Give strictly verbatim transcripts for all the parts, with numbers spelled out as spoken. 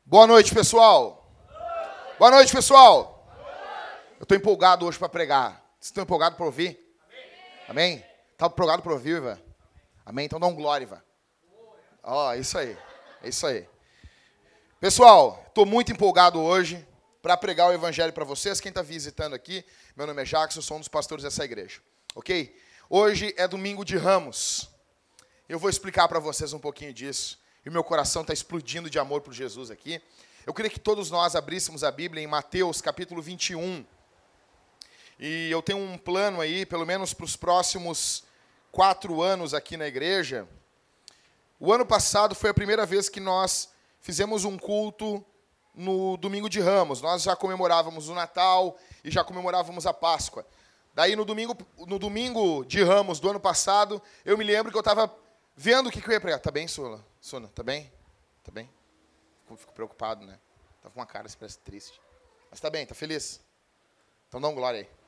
Boa noite, pessoal. Boa noite, pessoal. Eu estou empolgado hoje para pregar. Vocês estão empolgados para ouvir? Amém? Está empolgado para ouvir, Ivan? Amém? Então dá um glória, Ivan. Ó, oh, isso aí. É isso aí. Pessoal, estou muito empolgado hoje para pregar o evangelho para vocês. Quem está visitando aqui, meu nome é Jackson, eu sou um dos pastores dessa igreja. Ok? Hoje é domingo de Ramos. Eu vou explicar para vocês um pouquinho disso. E o meu coração está explodindo de amor por Jesus aqui. Eu queria que todos nós abríssemos a Bíblia em Mateus, capítulo vinte e um. E eu tenho um plano aí, pelo menos para os próximos quatro anos aqui na igreja. O ano passado foi a primeira vez que nós fizemos um culto no domingo de Ramos. Nós já comemorávamos o Natal e já comemorávamos a Páscoa. Daí, no domingo, no domingo de Ramos do ano passado, eu me lembro que eu estava vendo o que, que eu ia pregar. Tá bem, Sula? Suna, tá bem? Tá bem? Fico, fico preocupado, né? Tá com uma cara, se parece triste. Mas tá bem, tá feliz? Então dá um glória aí.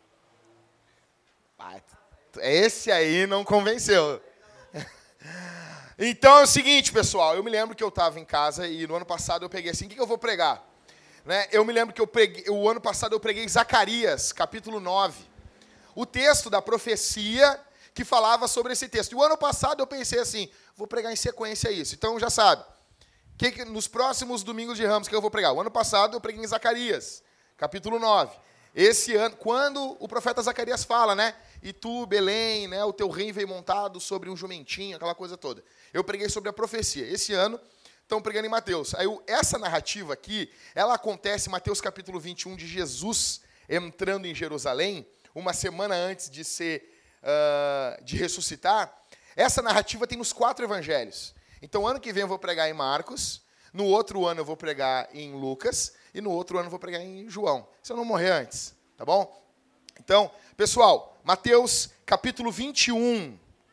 Ah, esse aí não convenceu. Então é o seguinte, pessoal. Eu me lembro que eu estava em casa e no ano passado eu peguei assim, o que, que eu vou pregar? Né? Eu me lembro que eu preguei, o ano passado eu preguei Zacarias, capítulo nove. O texto da profecia que falava sobre esse texto. E o ano passado eu pensei assim, vou pregar em sequência isso. Então já sabe, que, que, nos próximos domingos de Ramos que eu vou pregar. O ano passado eu preguei em Zacarias, capítulo nove. Esse ano, quando o profeta Zacarias fala, né? E tu, Belém, né? O teu reino veio montado sobre um jumentinho, aquela coisa toda. Eu preguei sobre a profecia. Esse ano, estão pregando em Mateus. Aí essa narrativa aqui, ela acontece em Mateus capítulo vinte e um, de Jesus entrando em Jerusalém, uma semana antes de ser, uh, de ressuscitar. Essa narrativa tem nos quatro evangelhos. Então, ano que vem eu vou pregar em Marcos, no outro ano eu vou pregar em Lucas, e no outro ano eu vou pregar em João. Se eu não morrer antes, tá bom? Então, pessoal, Mateus capítulo vinte e um,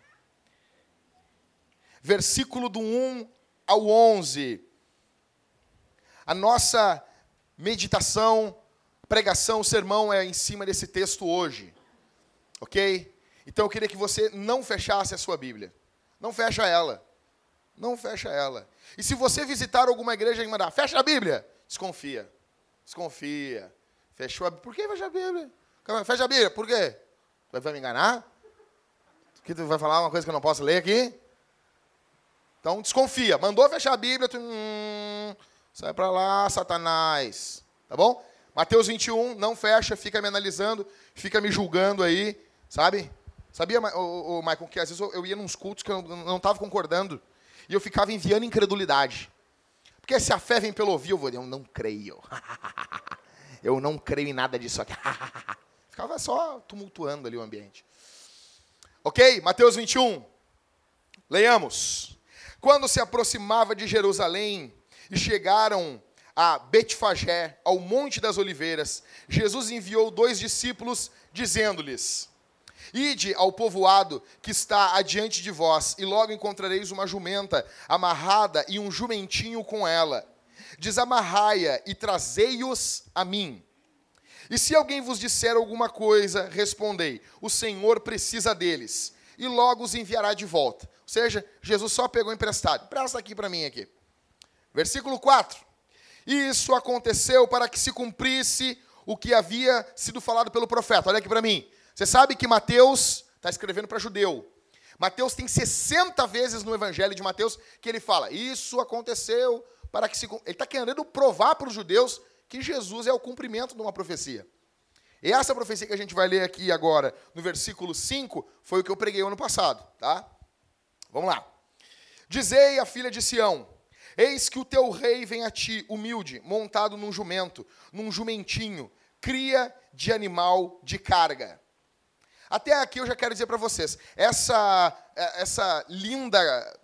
versículo do um ao onze. A nossa meditação, pregação, sermão é em cima desse texto hoje. Ok? Então eu queria que você não fechasse a sua Bíblia. Não fecha ela. Não fecha ela. E se você visitar alguma igreja e mandar, fecha a Bíblia, desconfia. Desconfia. Fechou a Bíblia. Por que fecha a Bíblia? Fecha a Bíblia. Por quê? Tu vai me enganar? Que tu vai falar uma coisa que eu não posso ler aqui? Então desconfia. Mandou fechar a Bíblia, tu, hum, sai pra lá, Satanás. Tá bom? Mateus vinte e um, não fecha, fica me analisando, fica me julgando aí, sabe? Sabia, o, o Michael, que às vezes eu, eu ia nos cultos que eu não estava concordando e eu ficava enviando incredulidade. Porque se a fé vem pelo ouvir, eu vou dizer, eu não creio. Eu não creio em nada disso aqui. Ficava só tumultuando ali o ambiente. Ok? Mateus vinte e um. Leiamos. Quando se aproximava de Jerusalém e chegaram a Betfagé, ao Monte das Oliveiras, Jesus enviou dois discípulos, dizendo-lhes, ide ao povoado que está adiante de vós, e logo encontrareis uma jumenta amarrada e um jumentinho com ela. Desamarrai-a e trazei-os a mim. E se alguém vos disser alguma coisa, respondei, o Senhor precisa deles, e logo os enviará de volta. Ou seja, Jesus só pegou emprestado. Presta aqui para mim aqui. Versículo quatro. E isso aconteceu para que se cumprisse o que havia sido falado pelo profeta. Olha aqui para mim. Você sabe que Mateus está escrevendo para judeu. Mateus tem sessenta vezes no evangelho de Mateus que ele fala, isso aconteceu para que se... Ele está querendo provar para os judeus que Jesus é o cumprimento de uma profecia. E essa profecia que a gente vai ler aqui agora, no versículo cinco, foi o que eu preguei ano passado. Tá? Vamos lá. Dizei à filha de Sião, eis que o teu rei vem a ti, humilde, montado num jumento, num jumentinho, cria de animal de carga. Até aqui eu já quero dizer para vocês, essa, essa linda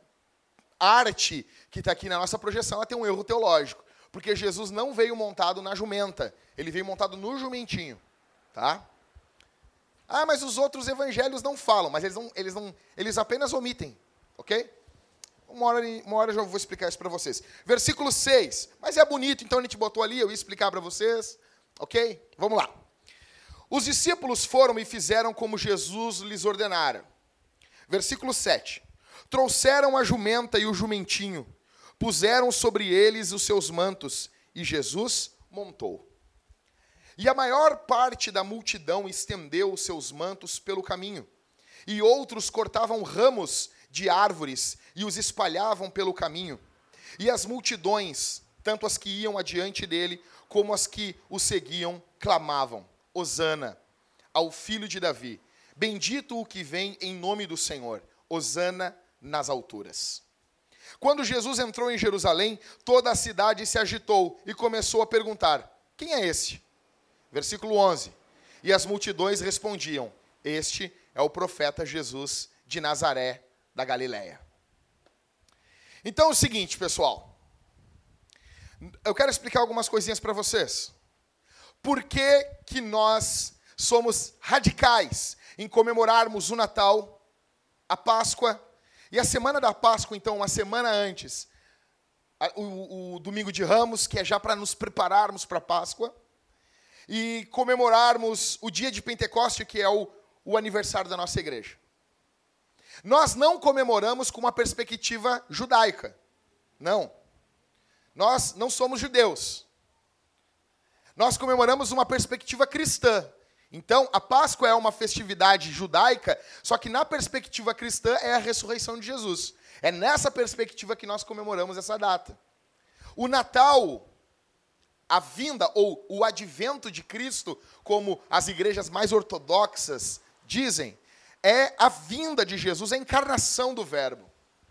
arte que está aqui na nossa projeção, ela tem um erro teológico, porque Jesus não veio montado na jumenta, ele veio montado no jumentinho. Tá? Ah, mas os outros evangelhos não falam, mas eles, não, eles, não, eles apenas omitem. Ok? Uma hora, uma hora eu já vou explicar isso para vocês. Versículo seis. Mas é bonito, então a gente botou ali, eu ia explicar para vocês. Ok? Vamos lá. Os discípulos foram e fizeram como Jesus lhes ordenara. Versículo sete. Trouxeram a jumenta e o jumentinho, puseram sobre eles os seus mantos, e Jesus montou. E a maior parte da multidão estendeu os seus mantos pelo caminho, e outros cortavam ramos de árvores e os espalhavam pelo caminho. E as multidões, tanto as que iam adiante dele, como as que o seguiam, clamavam: Hosana ao filho de Davi. Bendito o que vem em nome do Senhor. Hosana nas alturas. Quando Jesus entrou em Jerusalém, toda a cidade se agitou e começou a perguntar: quem é esse? Versículo onze. E as multidões respondiam: este é o profeta Jesus de Nazaré, da Galileia. Então é o seguinte, pessoal. Eu quero explicar algumas coisinhas para vocês. Por que que nós somos radicais em comemorarmos o Natal, a Páscoa, e a semana da Páscoa, então, uma semana antes, o, o domingo de Ramos, que é já para nos prepararmos para a Páscoa, e comemorarmos o dia de Pentecoste, que é o, o aniversário da nossa igreja. Nós não comemoramos com uma perspectiva judaica. Não. Nós não somos judeus. Nós comemoramos uma perspectiva cristã. Então, a Páscoa é uma festividade judaica, só que na perspectiva cristã é a ressurreição de Jesus. É nessa perspectiva que nós comemoramos essa data. O Natal, a vinda ou o advento de Cristo, como as igrejas mais ortodoxas dizem, é a vinda de Jesus, a encarnação do Verbo.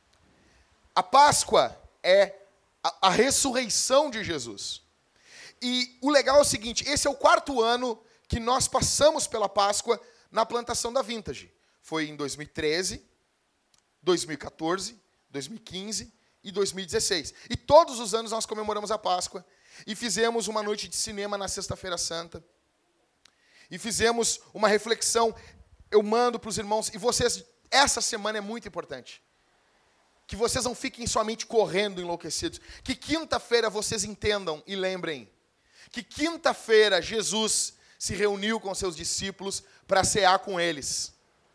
A Páscoa é a, a ressurreição de Jesus. E o legal é o seguinte, esse é o quarto ano que nós passamos pela Páscoa na plantação da Vintage. Foi em dois mil e treze, dois mil e quatorze, dois mil e quinze e dois mil e dezesseis. E todos os anos nós comemoramos a Páscoa e fizemos uma noite de cinema na Sexta-feira Santa. E fizemos uma reflexão. Eu mando para os irmãos, e vocês, essa semana é muito importante. Que vocês não fiquem somente correndo enlouquecidos. Que quinta-feira vocês entendam e lembrem que quinta-feira Jesus se reuniu com seus discípulos para cear com eles.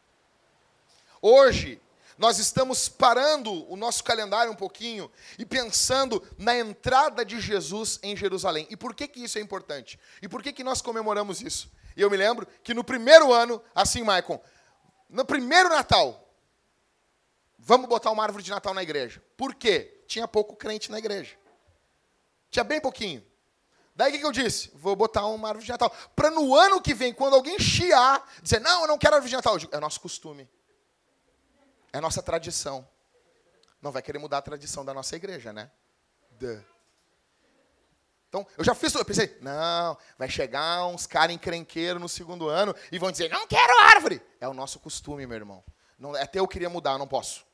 Hoje, nós estamos parando o nosso calendário um pouquinho e pensando na entrada de Jesus em Jerusalém. E por que que isso é importante? E por que que nós comemoramos isso? E eu me lembro que no primeiro ano, assim, Maicon, no primeiro Natal, vamos botar uma árvore de Natal na igreja. Por quê? Tinha pouco crente na igreja. Tinha bem pouquinho. Daí o que que eu disse? Vou botar uma árvore de Natal. Para no ano que vem, quando alguém chiar, dizer, não, eu não quero árvore de Natal. Eu digo, é nosso costume. É nossa tradição. Não vai querer mudar a tradição da nossa igreja, né? Duh. Então, eu já fiz tudo. Eu pensei, não, vai chegar uns caras encrenqueiros no segundo ano e vão dizer, não quero árvore. É o nosso costume, meu irmão. Não, até eu queria mudar, não posso.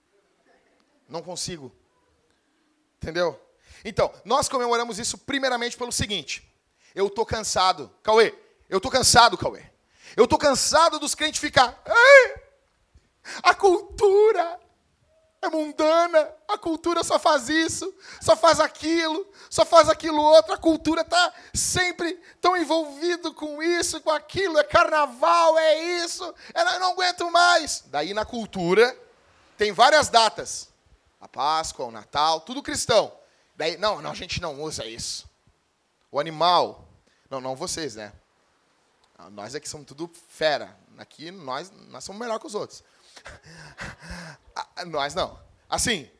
Não consigo. Entendeu? Então, nós comemoramos isso primeiramente pelo seguinte. Eu estou cansado. Cauê, eu estou cansado, Cauê. Eu estou cansado dos crentes ficar... Ai, a cultura é mundana. A cultura só faz isso, só faz aquilo, só faz aquilo outro. A cultura está sempre tão envolvido com isso, com aquilo. É carnaval, é isso. Eu não aguento mais. Daí na cultura tem várias datas. A Páscoa, o Natal, tudo cristão. Daí, não, não, a gente não usa isso. O animal. Não, não vocês, né? Nós aqui somos tudo fera. Aqui nós, nós somos melhor que os outros. Nós não. Assim,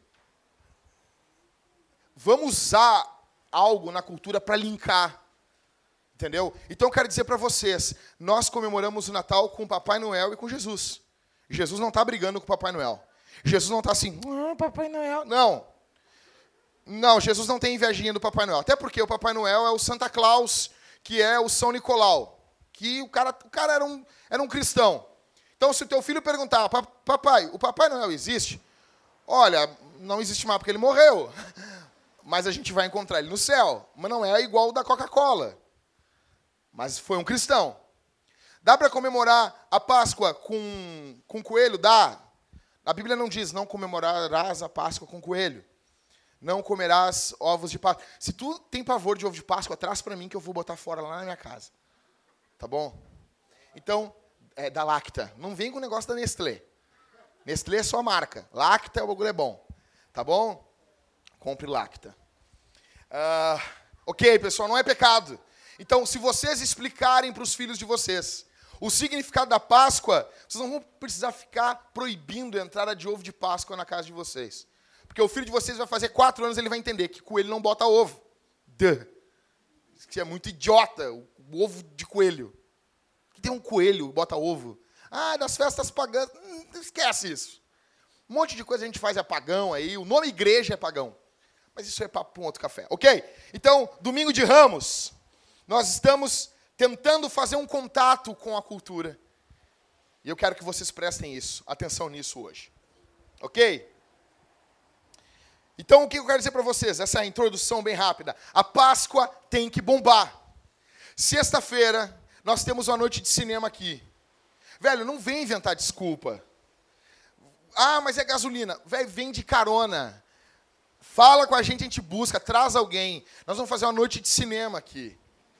vamos usar algo na cultura para linkar. Entendeu? Então eu quero dizer para vocês, nós comemoramos o Natal com o Papai Noel e com Jesus. Jesus não está brigando com o Papai Noel. Jesus não está assim, ah, Papai Noel. Não. Não, Jesus não tem invejinha do Papai Noel. Até porque o Papai Noel é o Santa Claus, que é o São Nicolau. Que o cara, o cara era, um, era um cristão. Então, se o teu filho perguntar, papai, o Papai Noel existe? Olha, não existe mais porque ele morreu. Mas a gente vai encontrar ele no céu. Mas não é igual o da Coca-Cola. Mas foi um cristão. Dá para comemorar a Páscoa com, com coelho? Dá. A Bíblia não diz, não comemorarás a Páscoa com coelho. Não comerás ovos de Páscoa. Se tu tem pavor de ovo de Páscoa, traz para mim que eu vou botar fora lá na minha casa. Tá bom? Então, é da Lacta. Não vem com o negócio da Nestlé. Nestlé é só marca. Lacta, o bagulho é bom. Tá bom? compre Lacta. Uh, ok, pessoal, não é pecado. Então, se vocês explicarem para os filhos de vocês o significado da Páscoa, vocês não vão precisar ficar proibindo a entrada de ovo de Páscoa na casa de vocês. Porque o filho de vocês vai fazer quatro anos, ele vai entender que coelho não bota ovo. Duh. Isso é muito idiota, o ovo de coelho. Que tem um coelho, bota ovo. Ah, das festas pagãs. Hum, esquece isso. Um monte de coisa a gente faz é pagão aí. O nome igreja é pagão. Mas isso é papo para um outro café. Ok? Então, domingo de Ramos, nós estamos tentando fazer um contato com a cultura. E eu quero que vocês prestem isso, atenção nisso hoje. Ok? Então, o que eu quero dizer para vocês? Essa introdução bem rápida. A Páscoa tem que bombar. Sexta-feira, nós temos uma noite de cinema aqui. Velho, não vem inventar desculpa. Ah, mas é gasolina. Velho, vem de carona. Fala com a gente, a gente busca, traz alguém. Nós vamos fazer uma noite de cinema aqui.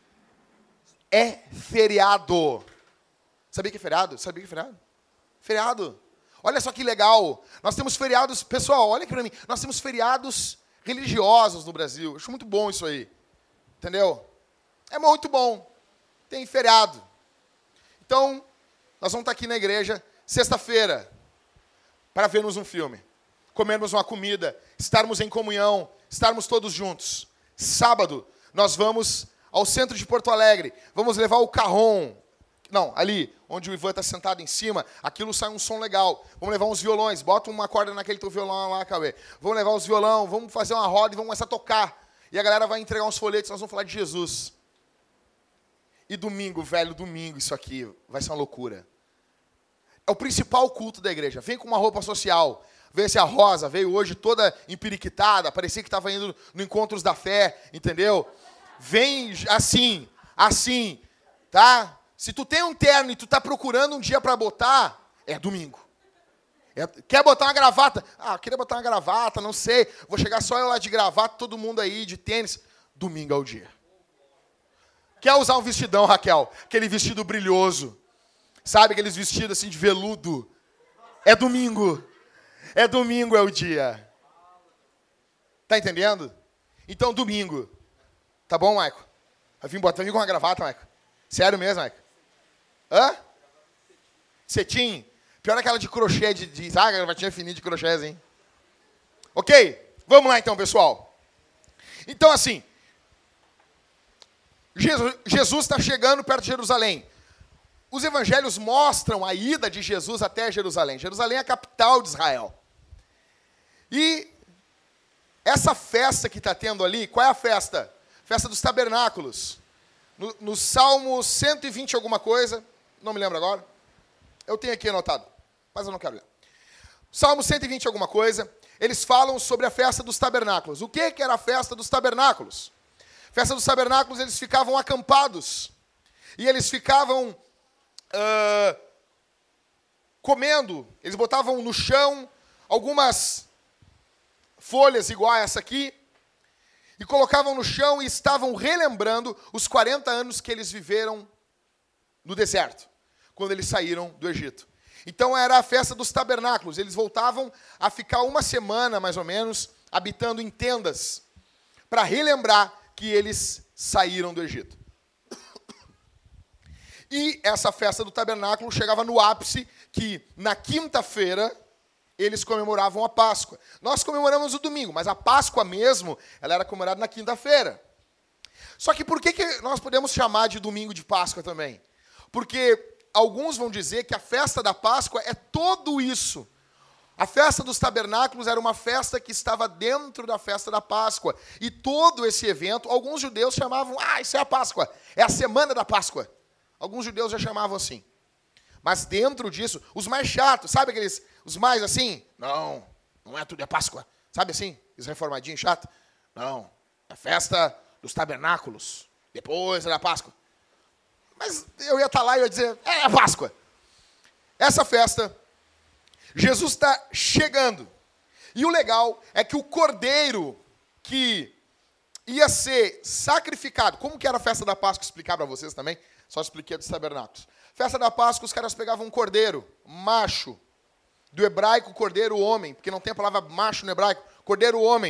É feriado. Sabia que é feriado? Sabia que é feriado? Feriado. Olha só que legal. Nós temos feriados... Pessoal, olha aqui para mim. Nós temos feriados religiosos no Brasil. Eu acho muito bom isso aí. Entendeu? É muito bom. Tem feriado. Então, nós vamos estar aqui na igreja sexta-feira para vermos um filme, comermos uma comida, estarmos em comunhão, estarmos todos juntos. Sábado, nós vamos ao centro de Porto Alegre. Vamos levar o carrom. Não, ali, onde o Ivan está sentado em cima, aquilo sai um som legal. Vamos levar uns violões, bota uma corda naquele teu violão lá, Cauê. Vamos levar os violão, vamos fazer uma roda e vamos começar a tocar. E a galera vai entregar uns folhetos, nós vamos falar de Jesus. E domingo, velho, domingo, isso aqui vai ser uma loucura. É o principal culto da igreja. Vem com uma roupa social. Vê se a Rosa veio hoje toda empiriquitada, parecia que estava indo no Encontros da Fé, entendeu? Vem assim, assim, tá? Se tu tem um terno e tu tá procurando um dia para botar, é domingo. É, quer botar uma gravata? Ah, queria botar uma gravata, não sei. Vou chegar só eu lá de gravata, todo mundo aí de tênis. Domingo é o dia. Quer usar um vestidão, Raquel? Aquele vestido brilhoso. Sabe, aqueles vestidos assim de veludo. É domingo. É domingo, é o dia. Tá entendendo? Então, domingo. Tá bom, Maico? Vai vir, vai vir com uma gravata, Maico? Sério mesmo, Maico? Hã? Cetim? Pior é aquela de crochê, de, de ah, gravatinha fininha de crochês, hein? Ok? Vamos lá então, pessoal. Então, assim, Jesus está chegando perto de Jerusalém. Os evangelhos mostram a ida de Jesus até Jerusalém. Jerusalém é a capital de Israel. E essa festa que está tendo ali, qual é a festa? Festa dos tabernáculos. No, no Salmo cento e vinte alguma coisa, não me lembro agora. Eu tenho aqui anotado, mas eu não quero ler. Salmo cento e vinte alguma coisa, eles falam sobre a festa dos tabernáculos. O que, que era a festa dos tabernáculos? Festa dos tabernáculos, eles ficavam acampados. E eles ficavam uh, comendo. Eles botavam no chão algumas folhas igual a essa aqui. E colocavam no chão e estavam relembrando os quarenta anos que eles viveram no deserto. Quando eles saíram do Egito. Então era a festa dos tabernáculos. Eles voltavam a ficar uma semana, mais ou menos, habitando em tendas. Para relembrar que eles saíram do Egito. E essa festa do tabernáculo chegava no ápice que, na quinta-feira, eles comemoravam a Páscoa. Nós comemoramos o domingo, mas a Páscoa mesmo, ela era comemorada na quinta-feira. Só que por que, que nós podemos chamar de domingo de Páscoa também? Porque alguns vão dizer que a festa da Páscoa é tudo isso. A festa dos tabernáculos era uma festa que estava dentro da festa da Páscoa. E todo esse evento, alguns judeus chamavam, ah, isso é a Páscoa, é a semana da Páscoa. Alguns judeus já chamavam assim. Mas dentro disso, os mais chatos, sabe aqueles, os mais assim? Não, não é tudo, é Páscoa. Sabe assim? Os reformadinhos chatos? Não, é a festa dos tabernáculos. Depois é da Páscoa. Mas eu ia estar lá e eu ia dizer, é a Páscoa. Essa festa, Jesus está chegando. E o legal é que o cordeiro que ia ser sacrificado, como que era a festa da Páscoa, explicar para vocês também, só expliquei dos tabernáculos. Festa da Páscoa, os caras pegavam um cordeiro, macho, do hebraico cordeiro homem, porque não tem a palavra macho no hebraico, cordeiro homem.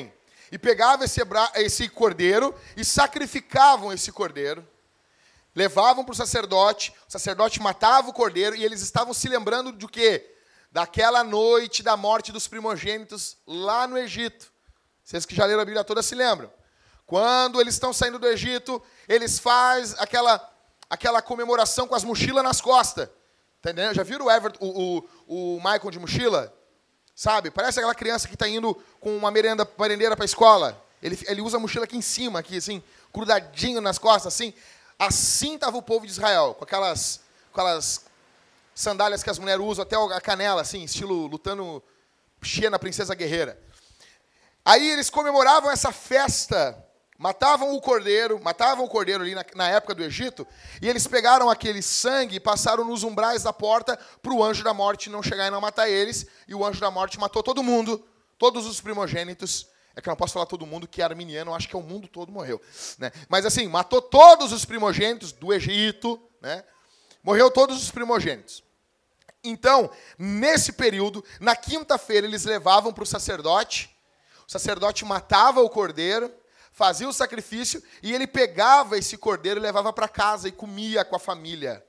e pegavam esse, esse cordeiro e sacrificavam esse cordeiro. Levavam para o sacerdote, o sacerdote matava o cordeiro e eles estavam se lembrando de quê? Daquela noite da morte dos primogênitos lá no Egito. Vocês que já leram a Bíblia toda se lembram. Quando eles estão saindo do Egito, eles fazem aquela, aquela comemoração com as mochilas nas costas. Entendeu? Já viram o, Everton, o, o, o Michael de mochila? Sabe? Parece aquela criança que está indo com uma merenda, merendeira para a escola. Ele, ele usa a mochila aqui em cima, aqui, assim, grudadinho nas costas, assim. Assim estava o povo de Israel, com aquelas, com aquelas sandálias que as mulheres usam até a canela, assim, estilo lutando Xena, princesa guerreira. Aí eles comemoravam essa festa, matavam o cordeiro, matavam o cordeiro ali na, na época do Egito, e eles pegaram aquele sangue e passaram nos umbrais da porta para o anjo da morte não chegar e não matar eles, e o anjo da morte matou todo mundo, todos os primogênitos. É que eu não posso falar todo mundo, que é arminiano, eu acho que é o mundo todo morreu. Né? Mas assim, matou todos os primogênitos do Egito, né? Morreu todos os primogênitos. Então, nesse período, na quinta-feira, eles levavam para o sacerdote, o sacerdote matava o cordeiro, fazia o sacrifício, e ele pegava esse cordeiro e levava para casa e comia com a família.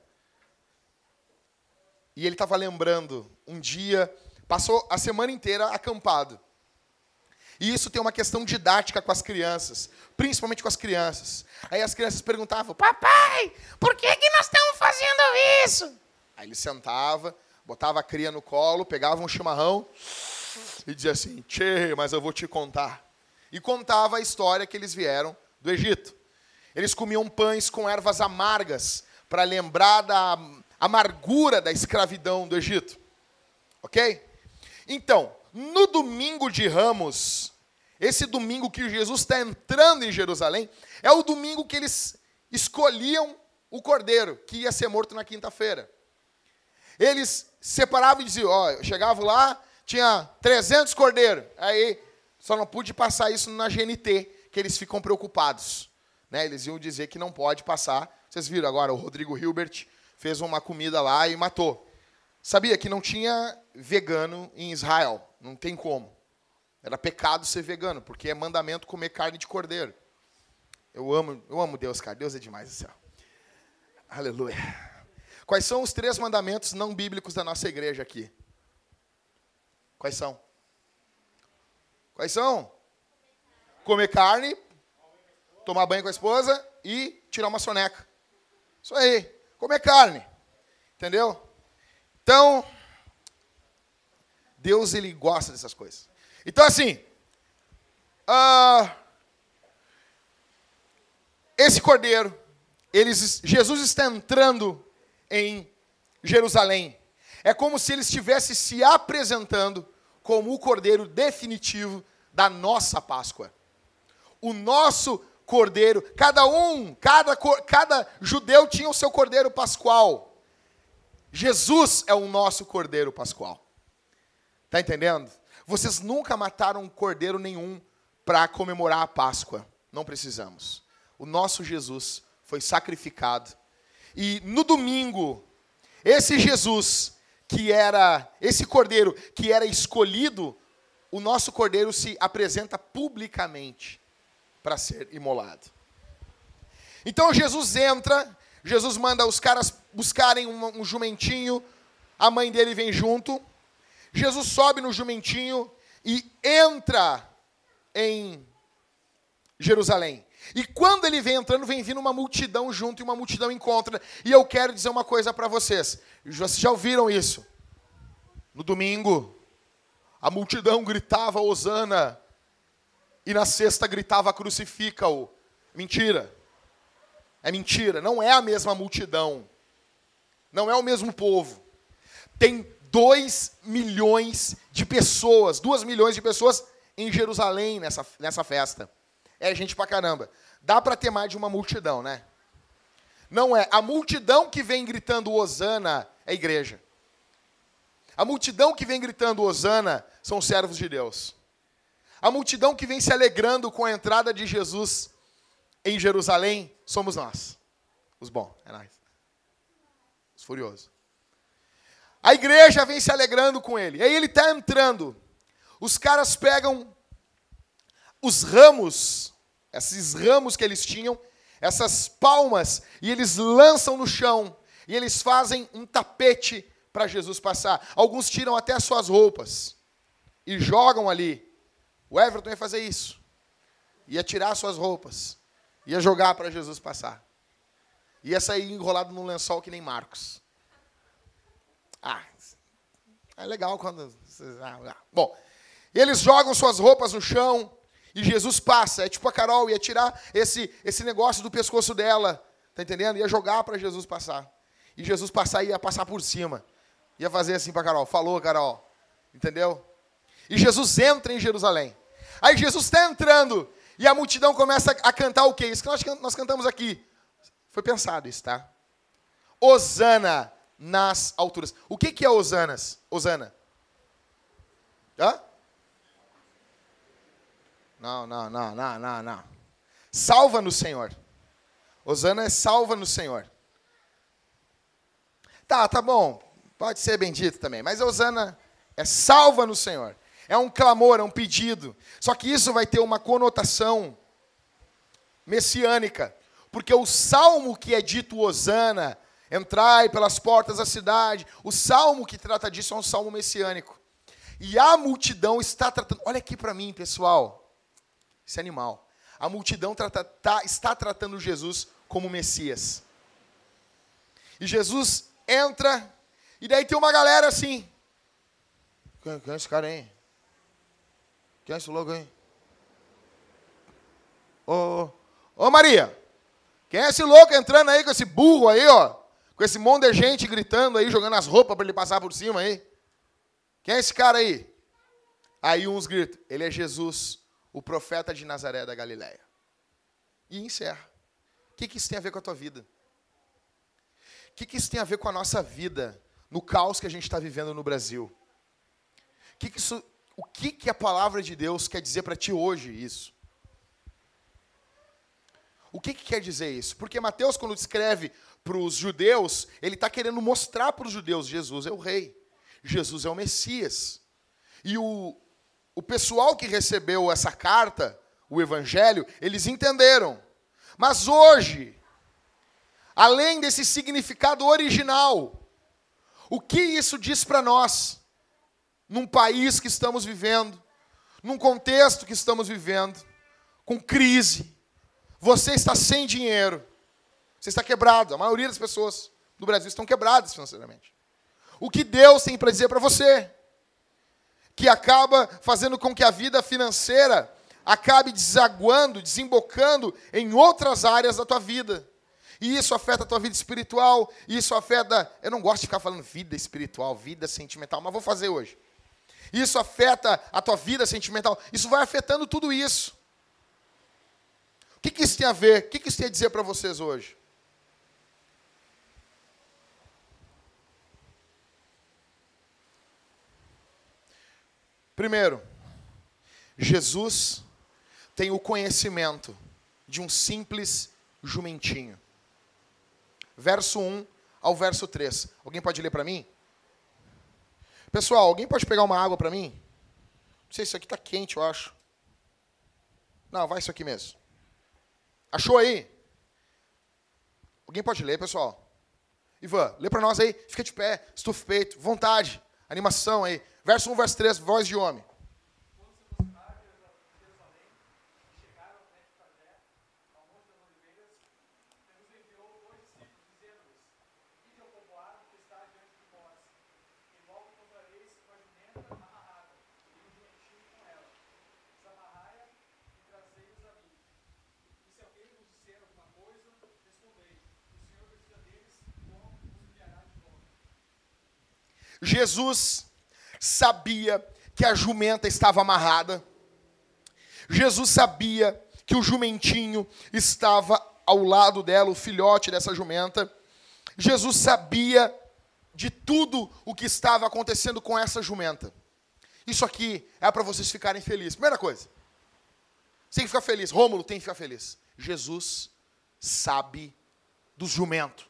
E ele estava lembrando, um dia, passou a semana inteira acampado. E isso tem uma questão didática com as crianças, principalmente com as crianças. Aí as crianças perguntavam, papai, por que, que nós estamos fazendo isso? Aí ele sentava, botava a cria no colo, pegava um chimarrão e dizia assim, tchê, mas eu vou te contar. E contava a história que eles vieram do Egito. Eles comiam pães com ervas amargas para lembrar da amargura da escravidão do Egito. Ok? Então, no domingo de Ramos, esse domingo que Jesus está entrando em Jerusalém, é o domingo que eles escolhiam o cordeiro, que ia ser morto na quinta-feira. Eles separavam e diziam, ó, chegavam lá, tinha trezentos cordeiros, aí só não pude passar isso na G N T, que eles ficam preocupados. Né? Eles iam dizer que não pode passar. Vocês viram agora, o Rodrigo Hilbert fez uma comida lá e matou. Sabia que não tinha vegano em Israel. Não tem como. Era pecado ser vegano, porque é mandamento comer carne de cordeiro. Eu amo, eu amo Deus, cara. Deus é demais do céu. Aleluia. Quais são os três mandamentos não bíblicos da nossa igreja aqui? Quais são? Quais são? Comer carne, tomar banho com a esposa e tirar uma soneca. Isso aí. Comer carne. Entendeu? Então, Deus, ele gosta dessas coisas. Então, assim, uh, esse cordeiro, eles, Jesus está entrando em Jerusalém. É como se ele estivesse se apresentando como o cordeiro definitivo da nossa Páscoa. O nosso cordeiro, cada um, cada, cada judeu tinha o seu cordeiro pascual. Jesus é o nosso cordeiro pascual. Está entendendo? Vocês nunca mataram cordeiro nenhum para comemorar a Páscoa. Não precisamos. O nosso Jesus foi sacrificado. E no domingo, esse Jesus, que era, esse cordeiro que era escolhido, o nosso cordeiro se apresenta publicamente para ser imolado. Então Jesus entra, Jesus manda os caras buscarem um, um jumentinho, a mãe dele vem junto, Jesus sobe no jumentinho e entra em Jerusalém. E quando ele vem entrando, vem vindo uma multidão junto e uma multidão encontra. E eu quero dizer uma coisa para vocês. Vocês já ouviram isso? No domingo, a multidão gritava Hosana e na sexta gritava crucifica-o. Mentira. É mentira. Não é a mesma multidão. Não é o mesmo povo. Tem dois milhões de pessoas, duas milhões de pessoas em Jerusalém nessa, nessa festa. É gente pra caramba. Dá para ter mais de uma multidão, né? Não é. A multidão que vem gritando Hosana é a igreja. A multidão que vem gritando Hosana são os servos de Deus. A multidão que vem se alegrando com a entrada de Jesus em Jerusalém somos nós. Os bons, é nós. Os furiosos. A igreja vem se alegrando com ele. Aí ele está entrando. Os caras pegam os ramos, esses ramos que eles tinham, essas palmas, e eles lançam no chão, e eles fazem um tapete para Jesus passar. Alguns tiram até as suas roupas e jogam ali. O Everton ia fazer isso. Ia tirar as suas roupas, ia jogar para Jesus passar. Ia sair enrolado num lençol que nem Marcos. Ah, é legal quando... Bom, eles jogam suas roupas no chão e Jesus passa. É tipo a Carol ia tirar esse, esse negócio do pescoço dela, tá entendendo? Ia jogar para Jesus passar. E Jesus passar ia passar por cima. Ia fazer assim para Carol. Falou, Carol. Entendeu? E Jesus entra em Jerusalém. Aí Jesus está entrando e a multidão começa a cantar o quê? Isso que nós, nós cantamos aqui. Foi pensado isso, tá? Hosana nas alturas. O que, que é Hosanas? Hosana? Hã? Não, não, não, não, não, não. Salva no Senhor. Hosana é salva no Senhor. Tá, tá bom. Pode ser bendito também. Mas Hosana é salva no Senhor. É um clamor, é um pedido. Só que isso vai ter uma conotação messiânica. Porque o salmo que é dito Hosana, entrai pelas portas da cidade, o salmo que trata disso é um salmo messiânico. E a multidão está tratando... Olha aqui para mim, pessoal. Isso é animal. A multidão trata, tá, está tratando Jesus como Messias. E Jesus entra, e daí tem uma galera assim. Quem, quem é esse cara aí? Quem é esse louco aí? Ô, ô, ô Maria, quem é esse louco entrando aí com esse burro aí, ó? Com esse monte de gente gritando aí, jogando as roupas para ele passar por cima aí. Quem é esse cara aí? Aí uns gritam, ele é Jesus, o profeta de Nazaré da Galileia. E encerra. O que, que isso tem a ver com a tua vida? O que, que isso tem a ver com a nossa vida, no caos que a gente está vivendo no Brasil? O que, que, isso, o que, que a palavra de Deus quer dizer para ti hoje, isso? O que, que quer dizer isso? Porque Mateus, quando escreve para os judeus, ele está querendo mostrar para os judeus, Jesus é o rei, Jesus é o Messias. E o, o pessoal que recebeu essa carta, o evangelho, eles entenderam. Mas hoje, além desse significado original, o que isso diz para nós? Num país que estamos vivendo, num contexto que estamos vivendo, com crise, você está sem dinheiro, você está quebrado, a maioria das pessoas do Brasil estão quebradas financeiramente. O que Deus tem para dizer para você? Que acaba fazendo com que a vida financeira acabe desaguando, desembocando em outras áreas da tua vida. E isso afeta a tua vida espiritual, isso afeta... Eu não gosto de ficar falando vida espiritual, vida sentimental, mas vou fazer hoje. Isso afeta a tua vida sentimental, isso vai afetando tudo isso. O que, que isso tem a ver? O que, que isso tem a dizer para vocês hoje? Primeiro, Jesus tem o conhecimento de um simples jumentinho. Verso um ao verso três. Alguém pode ler para mim? Pessoal, alguém pode pegar uma água para mim? Não sei, isso aqui está quente, eu acho. Não, vai isso aqui mesmo. Achou aí? Alguém pode ler, pessoal? Ivan, lê para nós aí. Fica de pé, estufa o peito, vontade, animação aí. Verso um, verso três, voz de homem. Jesus sabia que a jumenta estava amarrada. Jesus sabia que o jumentinho estava ao lado dela, o filhote dessa jumenta. Jesus sabia de tudo o que estava acontecendo com essa jumenta. Isso aqui é para vocês ficarem felizes. Primeira coisa, você tem que ficar feliz. Rômulo tem que ficar feliz. Jesus sabe do jumento.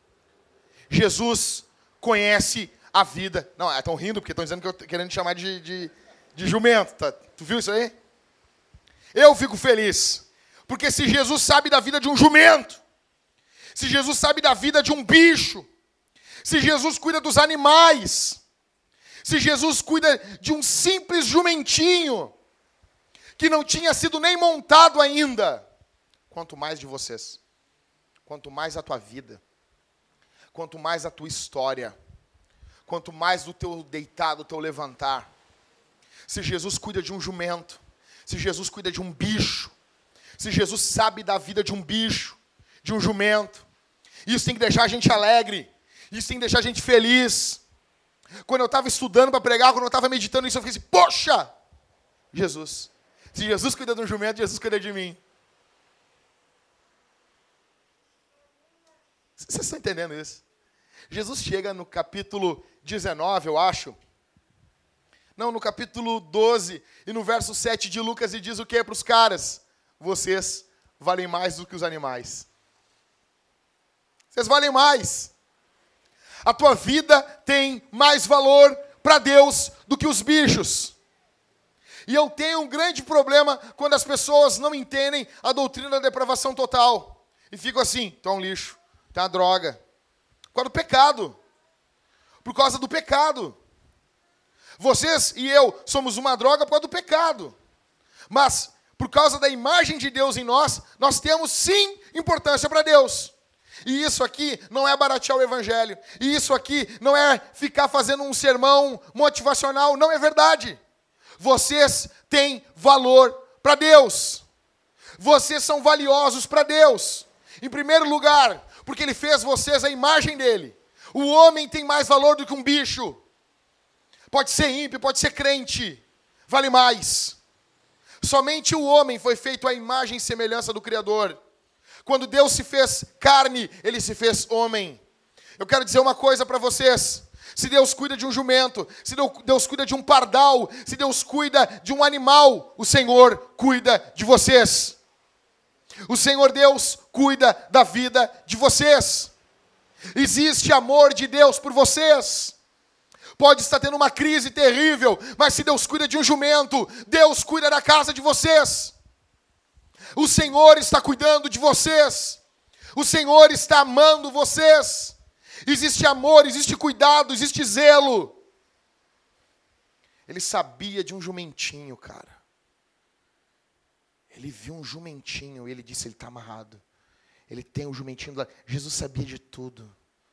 Jesus conhece a vida. Não, estão rindo porque estão dizendo que eu estou querendo chamar de, de, de jumento. Tá? Tu viu isso aí? Eu fico feliz. Porque se Jesus sabe da vida de um jumento, se Jesus sabe da vida de um bicho, se Jesus cuida dos animais, se Jesus cuida de um simples jumentinho, que não tinha sido nem montado ainda, quanto mais de vocês, quanto mais a tua vida, quanto mais a tua história, quanto mais do teu deitar, do teu levantar. Se Jesus cuida de um jumento, se Jesus cuida de um bicho, se Jesus sabe da vida de um bicho, de um jumento, isso tem que deixar a gente alegre, isso tem que deixar a gente feliz. Quando eu estava estudando para pregar, quando eu estava meditando isso, eu fiquei assim, poxa, Jesus, se Jesus cuida de um jumento, Jesus cuida de mim. Vocês estão entendendo isso? Jesus chega no capítulo dezenove, eu acho. Não, no capítulo doze e no verso sete de Lucas, e diz o que para os caras? Vocês valem mais do que os animais. Vocês valem mais. A tua vida tem mais valor para Deus do que os bichos. E eu tenho um grande problema quando as pessoas não entendem a doutrina da depravação total. E ficam assim, tu é um lixo, tu é uma droga. Por causa do pecado. Por causa do pecado. Vocês e eu somos uma droga por causa do pecado. Mas, por causa da imagem de Deus em nós, nós temos sim importância para Deus. E isso aqui não é baratear o evangelho. E isso aqui não é ficar fazendo um sermão motivacional. Não é verdade. Vocês têm valor para Deus. Vocês são valiosos para Deus. Em primeiro lugar, porque Ele fez vocês a imagem dEle. O homem tem mais valor do que um bicho. Pode ser ímpio, pode ser crente. Vale mais. Somente o homem foi feito à imagem e semelhança do Criador. Quando Deus se fez carne, Ele se fez homem. Eu quero dizer uma coisa para vocês. Se Deus cuida de um jumento, se Deus cuida de um pardal, se Deus cuida de um animal, o Senhor cuida de vocês. O Senhor Deus cuida da vida de vocês. Existe amor de Deus por vocês. Pode estar tendo uma crise terrível, mas se Deus cuida de um jumento, Deus cuida da casa de vocês. O Senhor está cuidando de vocês. O Senhor está amando vocês. Existe amor, existe cuidado, existe zelo. Ele sabia de um jumentinho, cara. Ele viu um jumentinho e ele disse, ele está amarrado. Ele tem um jumentinho do lado. Jesus sabia de tudo.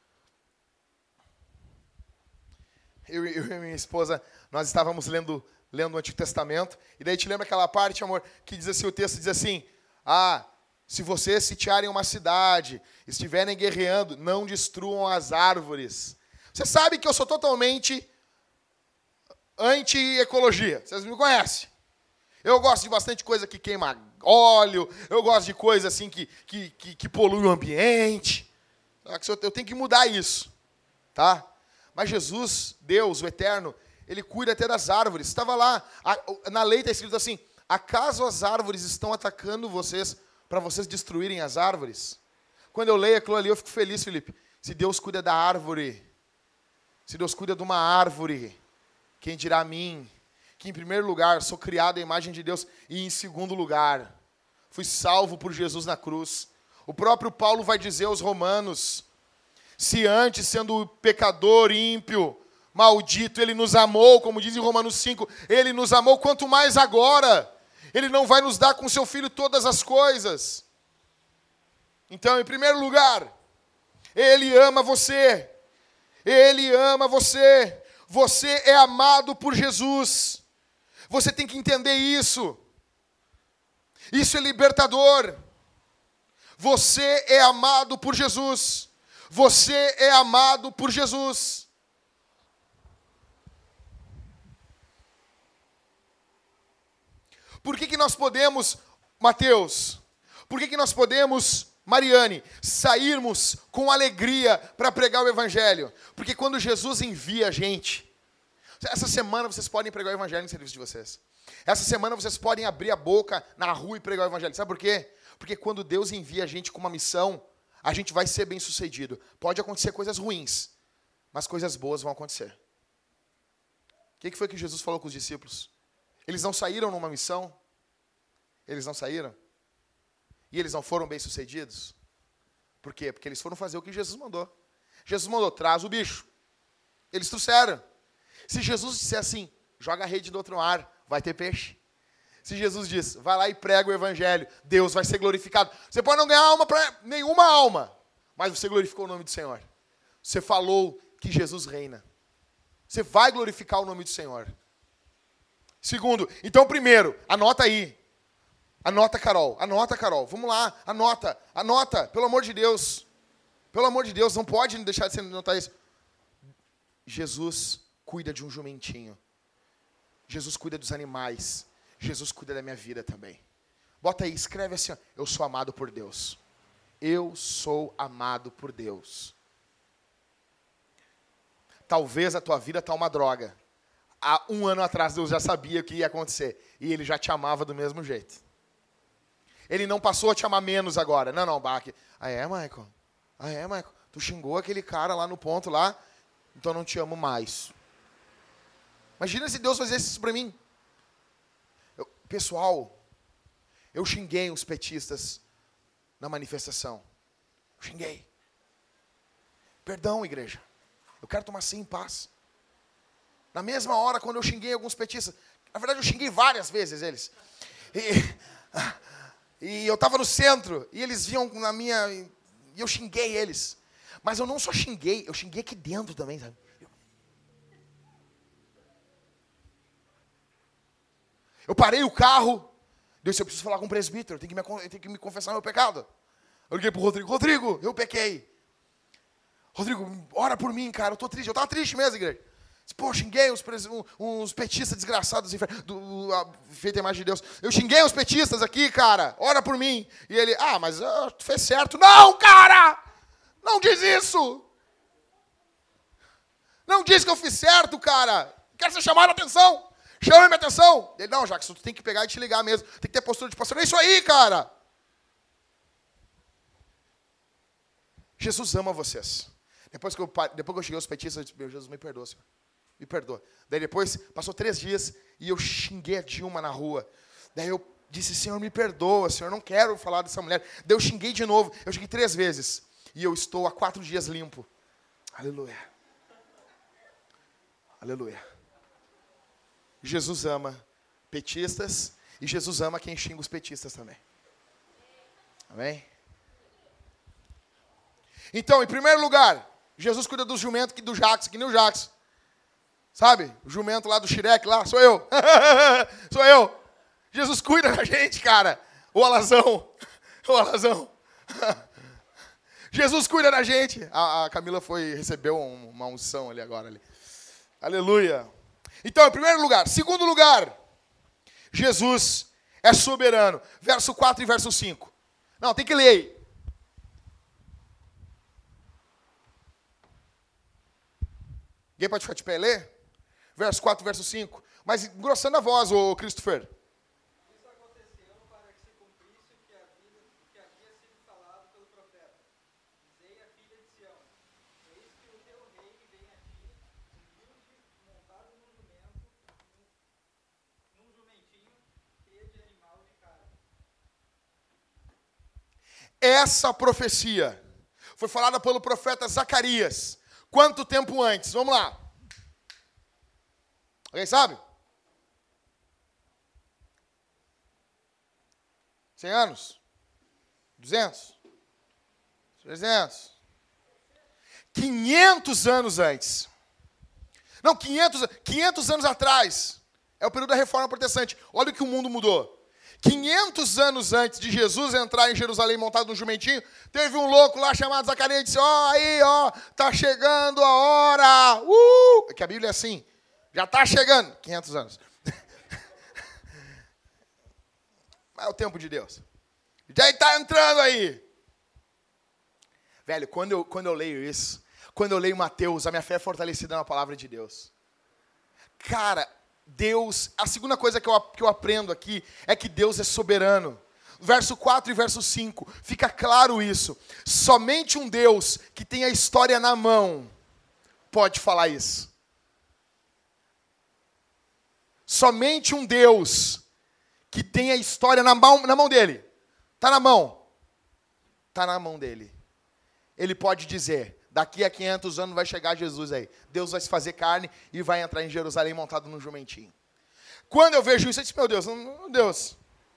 Eu, eu e minha esposa, nós estávamos lendo, lendo o Antigo Testamento. E daí te lembra aquela parte, amor, que diz assim, o texto diz assim, ah, se vocês sitiarem uma cidade, estiverem guerreando, não destruam as árvores. Você sabe que eu sou totalmente anti-ecologia. Vocês me conhecem. Eu gosto de bastante coisa que queima óleo, eu gosto de coisa assim que, que, que, que polui o ambiente. Eu tenho que mudar isso, tá? Mas Jesus, Deus, o Eterno, Ele cuida até das árvores. Estava lá, na lei está escrito assim, acaso as árvores estão atacando vocês para vocês destruírem as árvores? Quando eu leio aquilo ali, eu fico feliz, Felipe. Se Deus cuida da árvore, se Deus cuida de uma árvore, quem dirá a mim, que em primeiro lugar sou criado à imagem de Deus e em segundo lugar fui salvo por Jesus na cruz. O próprio Paulo vai dizer aos romanos, se antes, sendo pecador, ímpio, maldito, Ele nos amou, como diz em Romanos cinco, Ele nos amou, quanto mais agora, Ele não vai nos dar com seu Filho todas as coisas. Então, em primeiro lugar, Ele ama você, Ele ama você, você é amado por Jesus. Você tem que entender isso. Isso é libertador. Você é amado por Jesus. Você é amado por Jesus. Por que que nós podemos, Mateus, por que que nós podemos, Mariane, sairmos com alegria para pregar o Evangelho? Porque quando Jesus envia a gente, essa semana vocês podem pregar o Evangelho no serviço de vocês. Essa semana vocês podem abrir a boca na rua e pregar o Evangelho. Sabe por quê? Porque quando Deus envia a gente com uma missão, a gente vai ser bem sucedido. Pode acontecer coisas ruins, mas coisas boas vão acontecer. O que foi que Jesus falou com os discípulos? Eles não saíram numa missão? eles não saíram? E eles não foram bem-sucedidos? Por quê? Porque eles foram fazer o que Jesus mandou. Jesus mandou, traz o bicho. Eles trouxeram. Se Jesus disser assim, joga a rede do outro mar, vai ter peixe. Se Jesus diz, vai lá e prega o evangelho, Deus vai ser glorificado. Você pode não ganhar alma para nenhuma alma, mas você glorificou o nome do Senhor. Você falou que Jesus reina. Você vai glorificar o nome do Senhor. Segundo, então primeiro, anota aí. Anota, Carol. Anota, Carol. Vamos lá, anota. Anota, pelo amor de Deus. Pelo amor de Deus, não pode deixar de anotar isso. Jesus cuida de um jumentinho. Jesus cuida dos animais. Jesus cuida da minha vida também. Bota aí, escreve assim, ó, eu sou amado por Deus. Eu sou amado por Deus. Talvez a tua vida está uma droga. Há um ano atrás Deus já sabia o que ia acontecer. E Ele já te amava do mesmo jeito. Ele não passou a te amar menos agora. Não, não, Bach. Ah, é, Michael? Ah, é, Michael? Tu xingou aquele cara lá no ponto lá, então eu não te amo mais. Imagina se Deus fizesse isso para mim. Eu, pessoal, eu xinguei os petistas na manifestação. Eu xinguei. Perdão, igreja. Eu quero tomar ceia em paz. Na mesma hora, quando eu xinguei alguns petistas, na verdade eu xinguei várias vezes eles. E, e eu estava no centro, e eles vinham na minha... E eu xinguei eles. Mas eu não só xinguei, eu xinguei aqui dentro também, sabe? Eu parei o carro, eu disse, eu preciso falar com o presbítero, eu tenho que me, eu tenho que me confessar meu pecado. Eu liguei pro Rodrigo, Rodrigo, eu pequei. Rodrigo, ora por mim, cara, eu tô triste. Eu tava triste mesmo, igreja. Pô, xinguei uns, uns petistas desgraçados, do, a, feita a imagem de Deus. Eu xinguei uns petistas aqui, cara, ora por mim. E ele, ah, mas uh, tu fez certo. Não, cara, não diz isso. Não diz que eu fiz certo, cara. Quero ser chamado a atenção. Chama minha atenção. Ele, não, Jackson, tu tem que pegar e te ligar mesmo. Tem que ter postura de pastor. É isso aí, cara. Jesus ama vocês. Depois que eu, depois que eu cheguei aos petistas, eu disse, meu Jesus, me perdoa, Senhor. Me perdoa. Daí depois, passou três dias e eu xinguei a Dilma na rua. Daí eu disse, Senhor, me perdoa, Senhor, não quero falar dessa mulher. Daí eu xinguei de novo. Eu xinguei três vezes. E eu estou há quatro dias limpo. Aleluia. Aleluia. Jesus ama petistas e Jesus ama quem xinga os petistas também. Amém? Então, em primeiro lugar, Jesus cuida do jumento que do Jackson, que nem o Jackson. Sabe? O jumento lá do Shrek lá, sou eu. Sou eu. Jesus cuida da gente, cara. O alazão. O alazão. Jesus cuida da gente. A, a Camila foi, recebeu um, uma unção ali agora. Ali. Aleluia. Então, em primeiro lugar. Segundo lugar, Jesus é soberano. Verso quatro e verso cinco. Não, tem que ler aí. Ninguém pode ficar de pé e ler? Verso quatro, verso cinco. Mas engrossando a voz, ô Christopher. Isso aconteceu para que se cumprisse o que havia, o que havia sido falado pelo profeta. Dizei à filha de Sião, eis que o teu rei vem a ti, humilde, montado num jumento, num, num jumentinho, cheio de animal de carne. Essa profecia foi falada pelo profeta Zacarias. Quanto tempo antes? Vamos lá. Alguém sabe? cem anos? duzentos? trezentos? quinhentos anos antes. Não, quinhentos, quinhentos anos atrás. É o período da Reforma Protestante. Olha o que o mundo mudou. quinhentos anos antes de Jesus entrar em Jerusalém montado num jumentinho, teve um louco lá chamado Zacarias e disse, ó, oh, aí, ó, oh, tá chegando a hora. Uh! É que a Bíblia é assim, já tá chegando. quinhentos anos. Mas é o tempo de Deus. Já tá entrando aí. Velho, quando eu, quando eu leio isso, quando eu leio Mateus, a minha fé é fortalecida na palavra de Deus. Cara, Deus, a segunda coisa que eu, que eu aprendo aqui é que Deus é soberano. Verso quatro e verso cinco, fica claro isso. Somente um Deus que tem a história na mão pode falar isso. Somente um Deus que tem a história na mão, na mão dele. Está na mão. Está na mão dele. Ele pode dizer, daqui a quinhentos anos vai chegar Jesus aí. Deus vai se fazer carne e vai entrar em Jerusalém montado num jumentinho. Quando eu vejo isso, eu disse, meu Deus, meu Deus.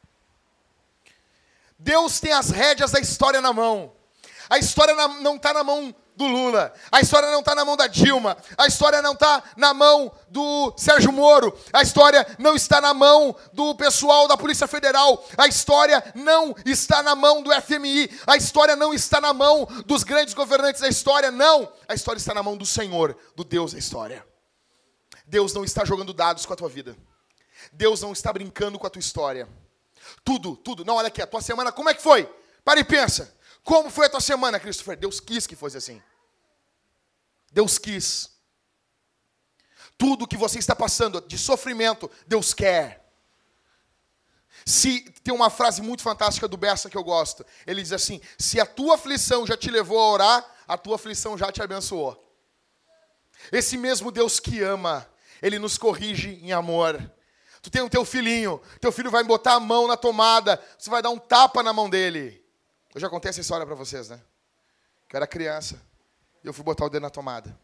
Deus tem as rédeas da história na mão. A história não está na mão do Lula. A história não está na mão da Dilma. A história não está na mão do Sérgio Moro. A história não está na mão do pessoal da Polícia Federal. A história não está na mão do F M I. A história não está na mão dos grandes governantes da história. Não. A história está na mão do Senhor, do Deus da história. Deus não está jogando dados com a tua vida. Deus não está brincando com a tua história. Tudo, tudo. Não, olha aqui, a tua semana, como é que foi? Para e pensa. Como foi a tua semana, Christopher? Deus quis que fosse assim. Deus quis. Tudo que você está passando de sofrimento, Deus quer. Se tem uma frase muito fantástica do Bessa que eu gosto. Ele diz assim, se a tua aflição já te levou a orar, a tua aflição já te abençoou. Esse mesmo Deus que ama, Ele nos corrige em amor. Tu tem o teu filhinho, teu filho vai botar a mão na tomada, você vai dar um tapa na mão dele. Eu já contei essa história para vocês, né? Que eu era criança e eu fui botar o dedo na tomada.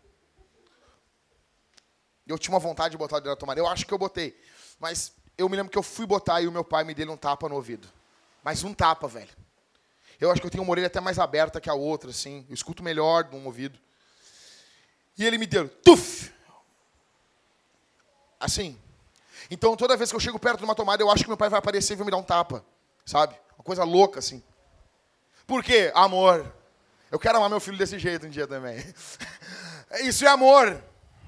Eu tinha uma vontade de botar o dedo na tomada. Eu acho que eu botei. Mas eu me lembro que eu fui botar e o meu pai me deu um tapa no ouvido. Mas um tapa, velho. Eu acho que eu tenho uma orelha até mais aberta que a outra, assim. Eu escuto melhor de um ouvido. E ele me deu, tuf! Assim. Então, toda vez que eu chego perto de uma tomada, eu acho que meu pai vai aparecer e vai me dar um tapa. Sabe? Uma coisa louca, assim. Por quê? Amor. Eu quero amar meu filho desse jeito um dia também. Isso é amor.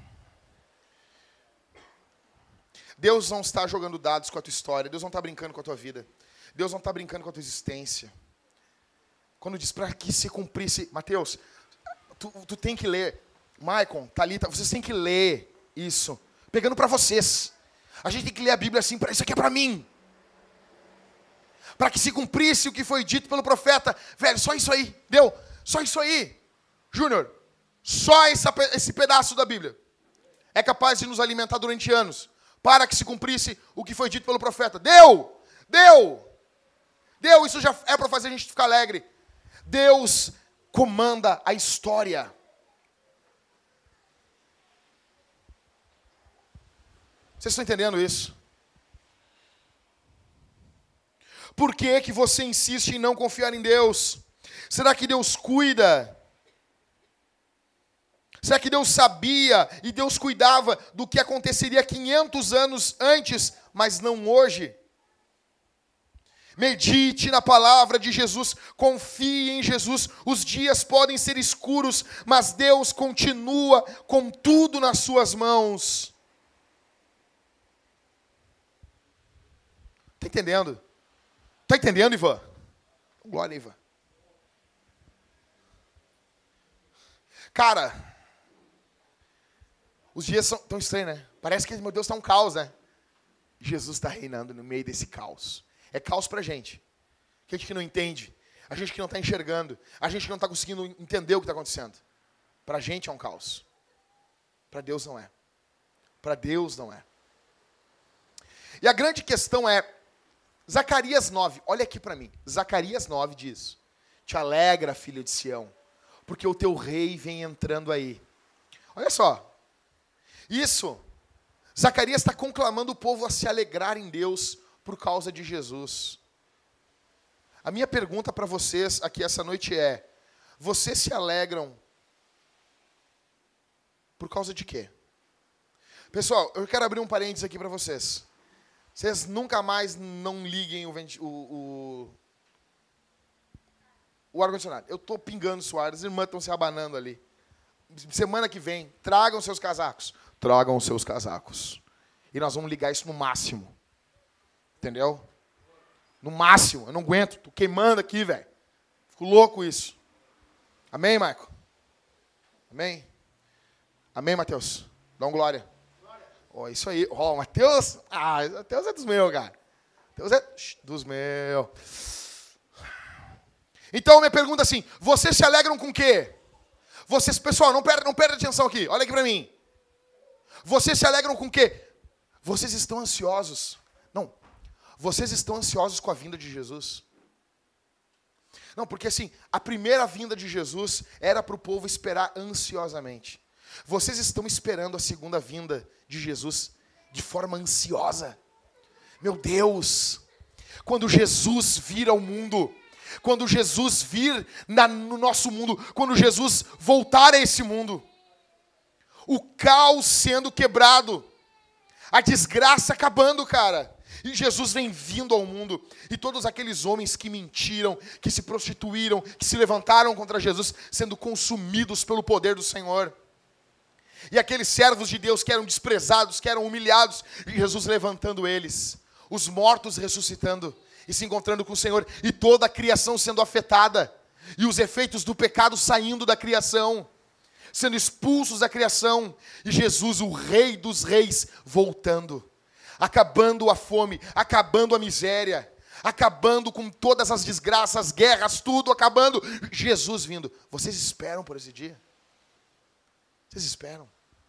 Deus não está jogando dados com a tua história. Deus não está brincando com a tua vida. Deus não está brincando com a tua existência. Quando diz para que se cumprisse... Mateus, tu, tu tem que ler. Maicon, Thalita, vocês têm que ler isso. Pegando para vocês. A gente tem que ler a Bíblia assim, isso aqui é para mim. Para que se cumprisse o que foi dito pelo profeta. Velho, só isso aí. Deu? Só isso aí. Júnior, só essa, esse pedaço da Bíblia é capaz de nos alimentar durante anos. Para que se cumprisse o que foi dito pelo profeta. Deu! Deu! Deu! Isso já é para fazer a gente ficar alegre. Deus comanda a história. Vocês estão entendendo isso? Por que que você insiste em não confiar em Deus? Será que Deus cuida? Será que Deus sabia e Deus cuidava do que aconteceria quinhentos anos antes, mas não hoje? Medite na palavra de Jesus, confie em Jesus. Os dias podem ser escuros, mas Deus continua com tudo nas suas mãos. Está entendendo? Está entendendo, Ivan? Glória, Ivan. Cara, os dias são tão estranhos, né? Parece que, meu Deus, está um caos, né? Jesus está reinando no meio desse caos. É caos pra gente. A gente que não entende. A gente que não está enxergando. A gente que não está conseguindo entender o que está acontecendo. Para a gente é um caos. Para Deus não é. Para Deus não é. E a grande questão é, Zacarias nove, olha aqui para mim. Zacarias nove diz, te alegra, filha de Sião, porque o teu rei vem entrando aí. Olha só. Isso, Zacarias está conclamando o povo a se alegrar em Deus por causa de Jesus. A minha pergunta para vocês aqui essa noite é, vocês se alegram por causa de quê? Pessoal, eu quero abrir um parênteses aqui para vocês. Vocês nunca mais não liguem o, venti- o, o, o ar-condicionado. Eu estou pingando suar, as irmãs estão se abanando ali. Semana que vem, tragam seus casacos. Tragam seus casacos. E nós vamos ligar isso no máximo. Entendeu? No máximo. Eu não aguento. Tô queimando aqui, velho. Fico louco isso. Amém, Maico? Amém? Amém, Mateus? Dá um glória. Ó, oh, isso aí. Ó, oh, Mateus. Ah, Mateus é dos meus, cara. Mateus é dos meus. Então, minha pergunta é assim. Vocês se alegram com o quê? Vocês, pessoal, não perdem não perde atenção aqui. Olha aqui pra mim. Vocês se alegram com o quê? Vocês estão ansiosos. Não. Vocês estão ansiosos com a vinda de Jesus? Não, porque assim, a primeira vinda de Jesus era para o povo esperar ansiosamente. Vocês estão esperando a segunda vinda de Jesus de forma ansiosa. Meu Deus, quando Jesus vir ao mundo, quando Jesus vir na, no nosso mundo, quando Jesus voltar a esse mundo, o caos sendo quebrado, a desgraça acabando, cara. E Jesus vem vindo ao mundo, e todos aqueles homens que mentiram, que se prostituíram, que se levantaram contra Jesus, sendo consumidos pelo poder do Senhor. E aqueles servos de Deus que eram desprezados, que eram humilhados, e Jesus levantando eles. Os mortos ressuscitando e se encontrando com o Senhor, e toda a criação sendo afetada, e os efeitos do pecado saindo da criação, sendo expulsos da criação, e Jesus, o Rei dos Reis, voltando, acabando a fome, acabando a miséria, acabando com todas as desgraças, guerras, tudo acabando, Jesus vindo. Vocês esperam por esse dia? Vocês esperam?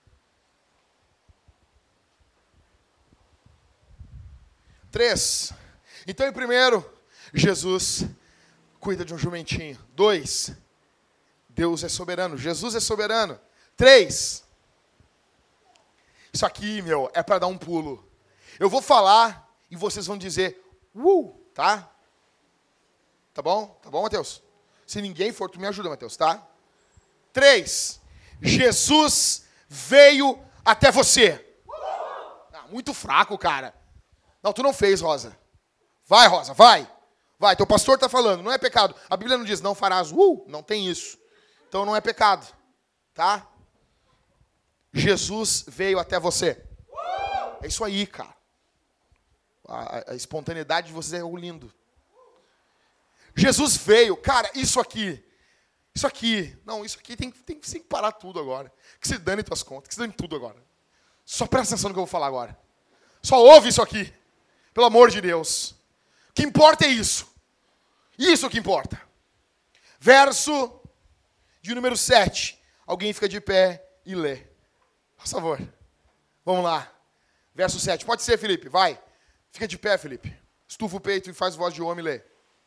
Três. Então, em primeiro, Jesus cuida de um jumentinho. Dois, Deus é soberano. Jesus é soberano. Três, isso aqui, meu, é para dar um pulo. Eu vou falar e vocês vão dizer, uh, tá? Tá bom? Tá bom, Mateus? Se ninguém for, tu me ajuda, Mateus, tá? Três, Jesus veio até você. Ah, muito fraco, cara. Não, tu não fez, Rosa. Vai, Rosa, vai. Vai, teu pastor está falando, não é pecado. A Bíblia não diz, não farás, uh, não tem isso. Então não é pecado, tá? Jesus veio até você. É isso aí, cara. A, a espontaneidade de vocês é o lindo. Jesus veio, cara, isso aqui. Isso aqui, não, isso aqui tem, tem, tem que parar tudo agora. Que se dane tuas contas, que se dane tudo agora. Só presta atenção no que eu vou falar agora. Só ouve isso aqui. Pelo amor de Deus. O que importa é isso. Isso que importa. Verso de número sete. Alguém fica de pé e lê. Por favor. Vamos lá. Verso sete. Pode ser, Felipe. Vai. Fica de pé, Felipe. Estufa o peito e faz voz de homem e lê.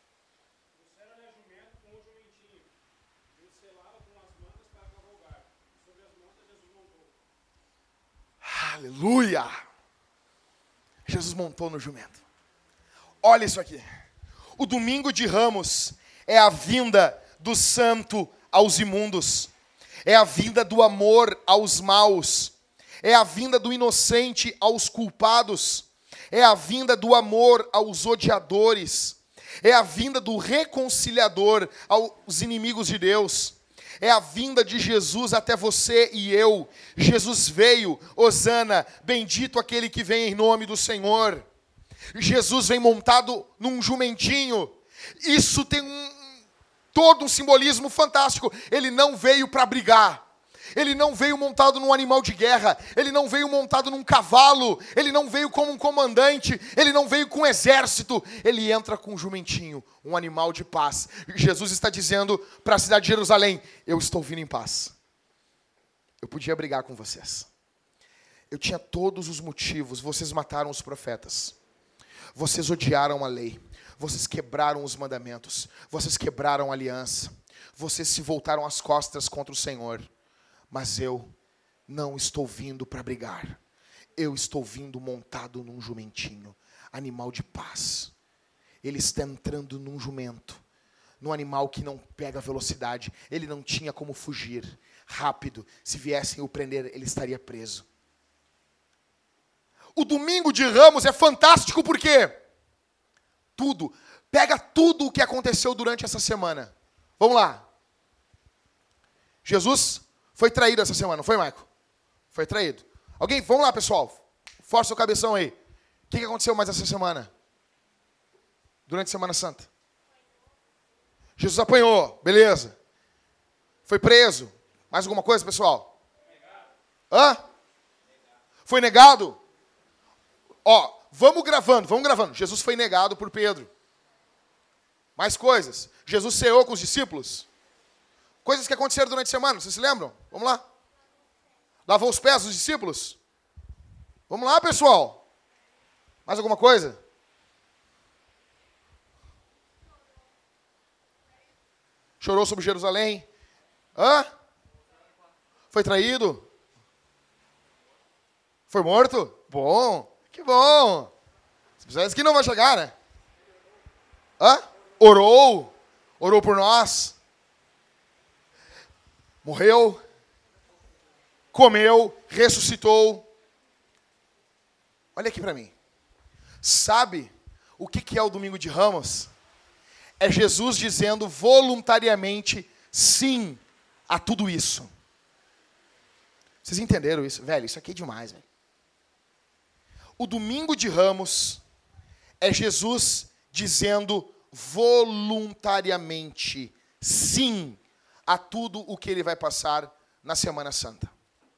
Aleluia! Jesus montou no jumento. Olha isso aqui. O domingo de Ramos é a vinda do santo aos imundos. É a vinda do amor aos maus. É a vinda do inocente aos culpados. É a vinda do amor aos odiadores. É a vinda do reconciliador aos inimigos de Deus. É a vinda de Jesus até você e eu. Jesus veio, hosana, bendito aquele que vem em nome do Senhor. Jesus vem montado num jumentinho. Isso tem um, todo um simbolismo fantástico. Ele não veio para brigar. Ele não veio montado num animal de guerra. Ele não veio montado num cavalo. Ele não veio como um comandante. Ele não veio com um exército. Ele entra com um jumentinho, um animal de paz. Jesus está dizendo para a cidade de Jerusalém, eu estou vindo em paz. Eu podia brigar com vocês. Eu tinha todos os motivos. Vocês mataram os profetas. Vocês odiaram a lei. Vocês quebraram os mandamentos. Vocês quebraram a aliança. Vocês se voltaram as costas contra o Senhor. Mas eu não estou vindo para brigar. Eu estou vindo montado num jumentinho, animal de paz. Ele está entrando num jumento, num animal que não pega velocidade. Ele não tinha como fugir rápido. Se viessem o prender, ele estaria preso. O domingo de Ramos é fantástico porque tudo, pega tudo o que aconteceu durante essa semana. Vamos lá. Jesus foi traído essa semana, não foi, Maico? Foi traído. Alguém, vamos lá, pessoal. Força o cabeção aí. O que aconteceu mais essa semana? Durante a Semana Santa. Jesus apanhou, beleza. Foi preso. Mais alguma coisa, pessoal? Hã? Foi negado? Ó, vamos gravando, vamos gravando. Jesus foi negado por Pedro. Mais coisas. Jesus ceou com os discípulos. Coisas que aconteceram durante a semana, vocês se lembram? Vamos lá. Lavou os pés dos discípulos? Vamos lá, pessoal. Mais alguma coisa? Chorou sobre Jerusalém? Hã? Foi traído? Foi morto? Bom, que bom. Você que não vai chegar, né? Hã? Orou. Orou por nós. Morreu. Comeu. Ressuscitou. Olha aqui para mim. Sabe o que que é o Domingo de Ramos? É Jesus dizendo voluntariamente sim a tudo isso. Vocês entenderam isso? Velho, isso aqui é demais, velho. O Domingo de Ramos é Jesus dizendo voluntariamente sim a tudo o que ele vai passar na Semana Santa.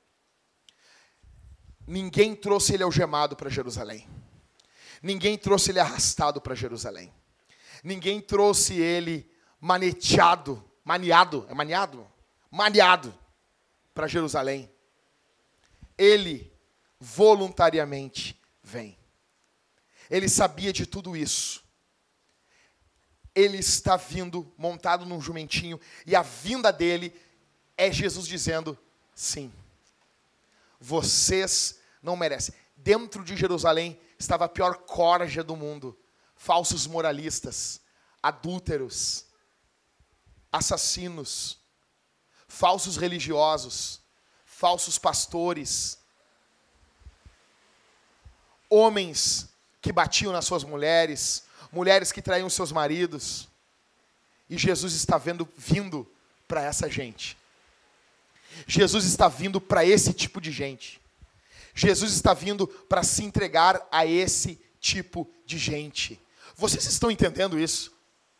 Ninguém trouxe ele algemado para Jerusalém. Ninguém trouxe ele arrastado para Jerusalém. Ninguém trouxe ele maneteado, maniado, é maniado? Maniado para Jerusalém. Ele voluntariamente vem. Ele sabia de tudo isso. Ele está vindo montado num jumentinho e a vinda dele é Jesus dizendo sim. Vocês não merecem. Dentro de Jerusalém estava a pior corja do mundo. Falsos moralistas, adúlteros, assassinos, falsos religiosos, falsos pastores, homens que batiam nas suas mulheres, mulheres que traíam seus maridos. E Jesus está vendo, vindo para essa gente. Jesus está vindo para esse tipo de gente. Jesus está vindo para se entregar a esse tipo de gente. Vocês estão entendendo isso?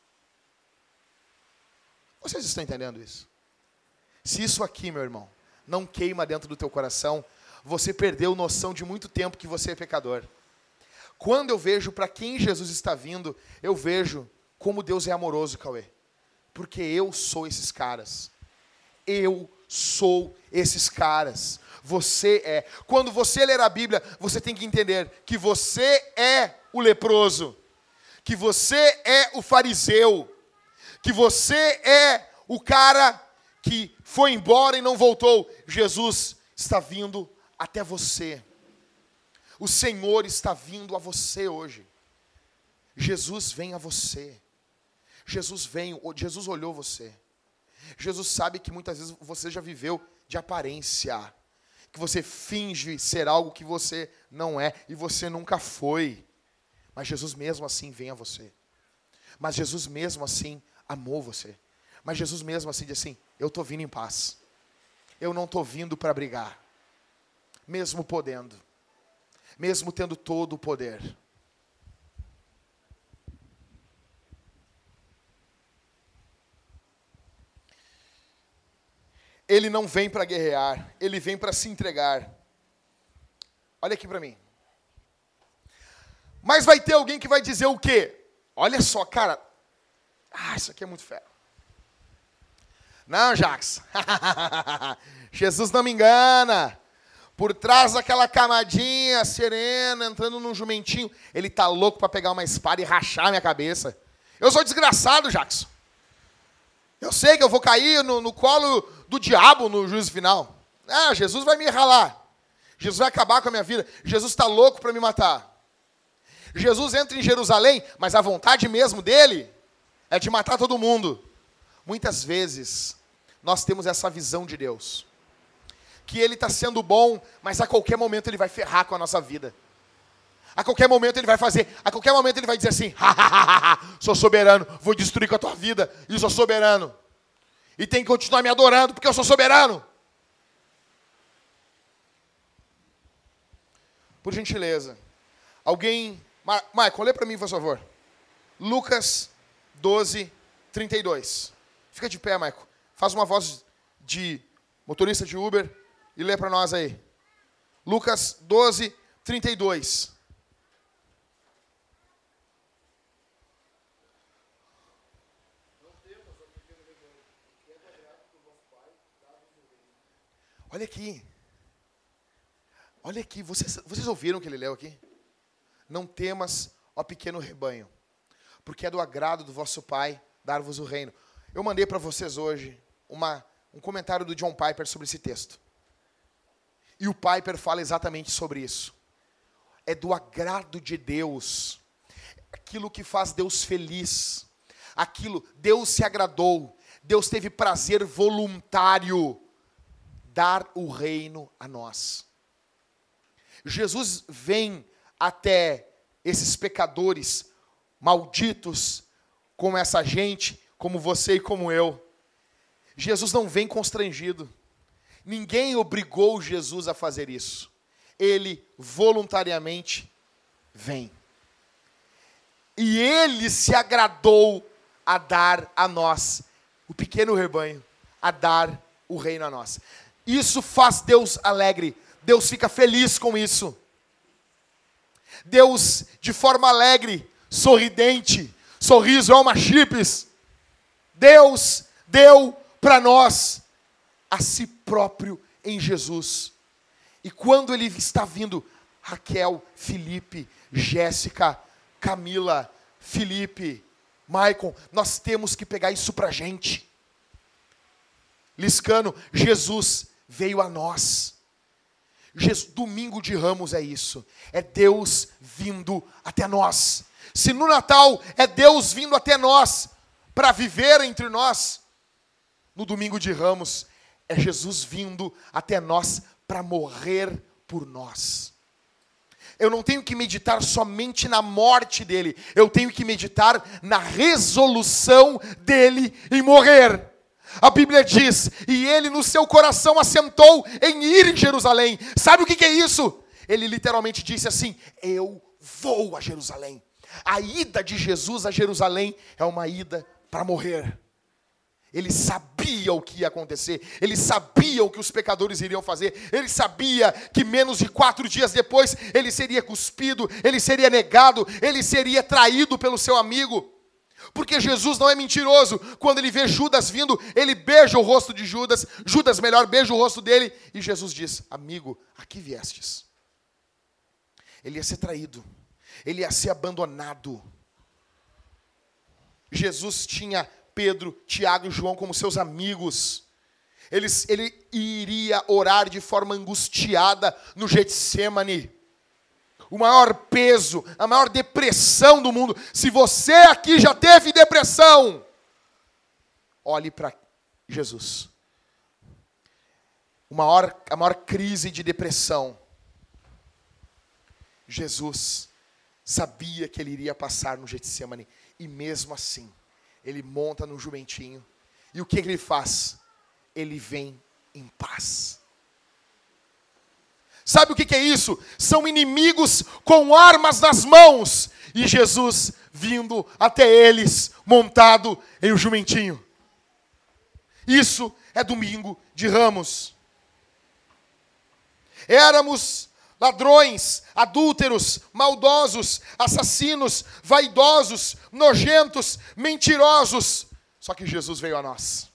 Vocês estão entendendo isso? Se isso aqui, meu irmão, não queima dentro do teu coração, você perdeu noção de muito tempo que você é pecador. Quando eu vejo para quem Jesus está vindo, eu vejo como Deus é amoroso, Cauê. Porque eu sou esses caras. Eu sou esses caras. Você é. Quando você ler a Bíblia, você tem que entender que você é o leproso. Que você é o fariseu. Que você é o cara que foi embora e não voltou. Jesus está vindo até você. O Senhor está vindo a você hoje. Jesus vem a você. Jesus vem, Jesus olhou você. Jesus sabe que muitas vezes você já viveu de aparência. Que você finge ser algo que você não é. E você nunca foi. Mas Jesus mesmo assim vem a você. Mas Jesus mesmo assim amou você. Mas Jesus mesmo assim diz assim, eu estou vindo em paz. Eu não estou vindo para brigar. Mesmo podendo. Mesmo tendo todo o poder. Ele não vem para guerrear, ele vem para se entregar. Olha aqui para mim. Mas vai ter alguém que vai dizer o quê? Olha só, cara. Ah, isso aqui é muito fera. Não, Jax. Jesus não me engana. Por trás daquela camadinha serena, entrando num jumentinho, ele tá louco para pegar uma espada e rachar minha cabeça. Eu sou desgraçado, Jackson. Eu sei que eu vou cair no, no colo do diabo no juízo final. Ah, Jesus vai me ralar. Jesus vai acabar com a minha vida. Jesus está louco para me matar. Jesus entra em Jerusalém, mas a vontade mesmo dele é de matar todo mundo. Muitas vezes, nós temos essa visão de Deus. Que ele está sendo bom, mas a qualquer momento ele vai ferrar com a nossa vida. A qualquer momento ele vai fazer, a qualquer momento ele vai dizer assim, ha, ha, ha, ha, sou soberano, vou destruir com a tua vida, e sou soberano. E tem que continuar me adorando, porque eu sou soberano. Por gentileza, alguém... Ma- Michael, lê para mim, por favor. Lucas doze, trinta e dois. Fica de pé, Michael. Faz uma voz de motorista de Uber e lê para nós aí. Lucas doze, trinta e dois. Olha aqui. Olha aqui. Vocês, vocês ouviram o que ele leu aqui? Não temas, ó pequeno rebanho, porque é do agrado do vosso Pai dar-vos o reino. Eu mandei para vocês hoje uma, um comentário do John Piper sobre esse texto. E o Piper fala exatamente sobre isso. É do agrado de Deus, aquilo que faz Deus feliz, aquilo, Deus se agradou, Deus teve prazer voluntário, dar o reino a nós. Jesus vem até esses pecadores malditos, como essa gente, como você e como eu. Jesus não vem constrangido. Ninguém obrigou Jesus a fazer isso. Ele voluntariamente vem. E ele se agradou a dar a nós, o pequeno rebanho, a dar o reino a nós. Isso faz Deus alegre. Deus fica feliz com isso. Deus, de forma alegre, sorridente, sorriso é uma chips. Deus deu para nós a si próprio em Jesus. E quando ele está vindo, Raquel, Felipe, Jéssica, Camila, Felipe, Maicon, nós temos que pegar isso para a gente. Liscano, Jesus veio a nós. Jesus, domingo de Ramos é isso. É Deus vindo até nós. Se no Natal é Deus vindo até nós para viver entre nós, no domingo de Ramos é Jesus vindo até nós para morrer por nós. Eu não tenho que meditar somente na morte dele, eu tenho que meditar na resolução dele em morrer. A Bíblia diz, e ele no seu coração assentou em ir em Jerusalém. Sabe o que é isso? Ele literalmente disse assim, eu vou a Jerusalém. A ida de Jesus a Jerusalém é uma ida para morrer. Ele sabia o que ia acontecer, ele sabia o que os pecadores iriam fazer, ele sabia que menos de quatro dias depois ele seria cuspido, ele seria negado, ele seria traído pelo seu amigo. Porque Jesus não é mentiroso. Quando ele vê Judas vindo, ele beija o rosto de Judas, Judas, melhor, beija o rosto dele, e Jesus diz, amigo, aqui viestes. Ele ia ser traído, ele ia ser abandonado. Jesus tinha Pedro, Tiago e João como seus amigos. Eles, ele iria orar de forma angustiada no Getsemane. O maior peso, a maior depressão do mundo. Se você aqui já teve depressão, olhe para Jesus. O maior, a maior crise de depressão. Jesus sabia que ele iria passar no Getsemane. E mesmo assim, ele monta no jumentinho. E o que ele faz? Ele vem em paz. Sabe o que é isso? São inimigos com armas nas mãos. E Jesus vindo até eles, montado em um jumentinho. Isso é domingo de Ramos. Éramos ladrões, adúlteros, maldosos, assassinos, vaidosos, nojentos, mentirosos. Só que Jesus veio a nós.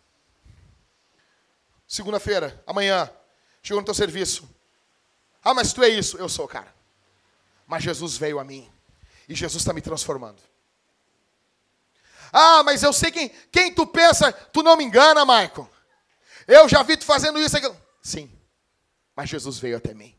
Segunda-feira, amanhã, chegou no teu serviço. Ah, mas tu é isso. Eu sou, cara. Mas Jesus veio a mim. E Jesus está me transformando. Ah, mas eu sei quem, quem tu pensa. Tu não me engana, Michael. Eu já vi tu fazendo isso. Aquilo. Sim. Mas Jesus veio até mim.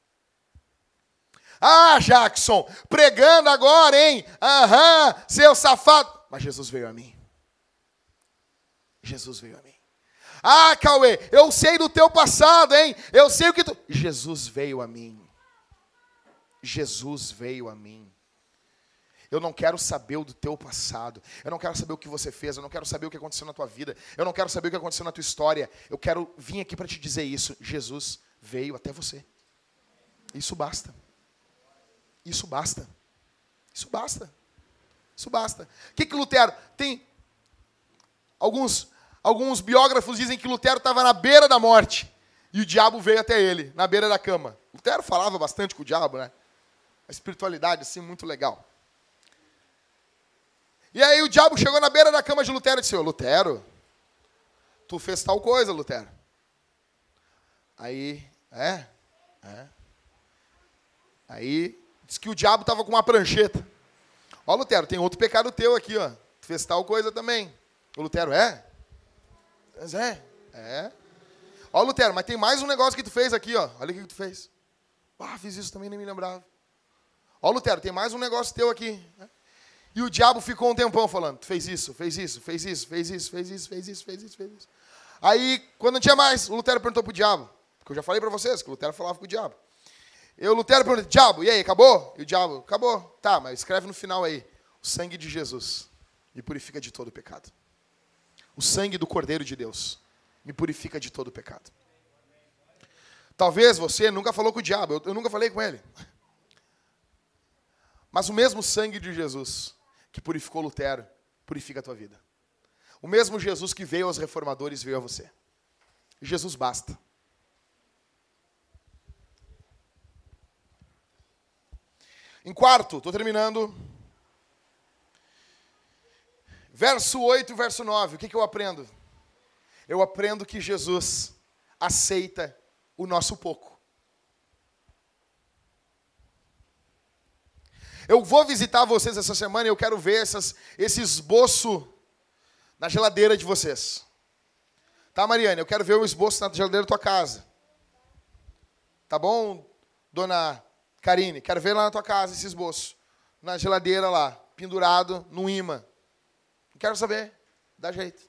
Ah, Jackson. Pregando agora, hein? Aham, seu safado. Mas Jesus veio a mim. Jesus veio a mim. Ah, Cauê, eu sei do teu passado, hein? Eu sei o que tu... Jesus veio a mim. Jesus veio a mim. Eu não quero saber o do teu passado. Eu não quero saber o que você fez. Eu não quero saber o que aconteceu na tua vida. Eu não quero saber o que aconteceu na tua história. Eu quero vir aqui para te dizer isso. Jesus veio até você. Isso basta. Isso basta. Isso basta. Isso basta. O que que Lutero... Tem alguns... Alguns biógrafos dizem que Lutero estava na beira da morte. E o diabo veio até ele, na beira da cama. Lutero falava bastante com o diabo, né? A espiritualidade, assim, muito legal. E aí o diabo chegou na beira da cama de Lutero e disse, ô, Lutero, tu fez tal coisa, Lutero. Aí, é, é. Aí, disse que o diabo estava com uma prancheta. Ó, Lutero, tem outro pecado teu aqui, ó. Tu fez tal coisa também. O Lutero é? Mas é, é. Ó, Lutero, mas tem mais um negócio que tu fez aqui, ó. Olha o que tu fez. Ah, fiz isso também, nem me lembrava. Ó, Lutero, tem mais um negócio teu aqui. E o diabo ficou um tempão falando, tu fez isso, fez isso, fez isso, fez isso, fez isso, fez isso, fez isso, fez isso. Aí, quando não tinha mais, o Lutero perguntou pro diabo. Porque eu já falei para vocês que o Lutero falava com o diabo. Eu, Lutero, perguntei, diabo, e aí, acabou? E o diabo, acabou. Tá, mas escreve no final aí. O sangue de Jesus me purifica de todo pecado. O sangue do Cordeiro de Deus me purifica de todo pecado. Talvez você nunca falou com o diabo, eu, eu nunca falei com ele. Mas o mesmo sangue de Jesus que purificou Lutero, purifica a tua vida. O mesmo Jesus que veio aos reformadores, veio a você. Jesus basta. Em quarto, estou terminando. Verso oito e verso nove, o que, que eu aprendo? Eu aprendo que Jesus aceita o nosso pouco. Eu vou visitar vocês essa semana e eu quero ver essas, esse esboço na geladeira de vocês. Tá, Mariane? Eu quero ver o esboço na geladeira da tua casa. Tá bom, dona Karine? Quero ver lá na tua casa esse esboço. Na geladeira lá, pendurado no imã. Quero saber. Dá jeito.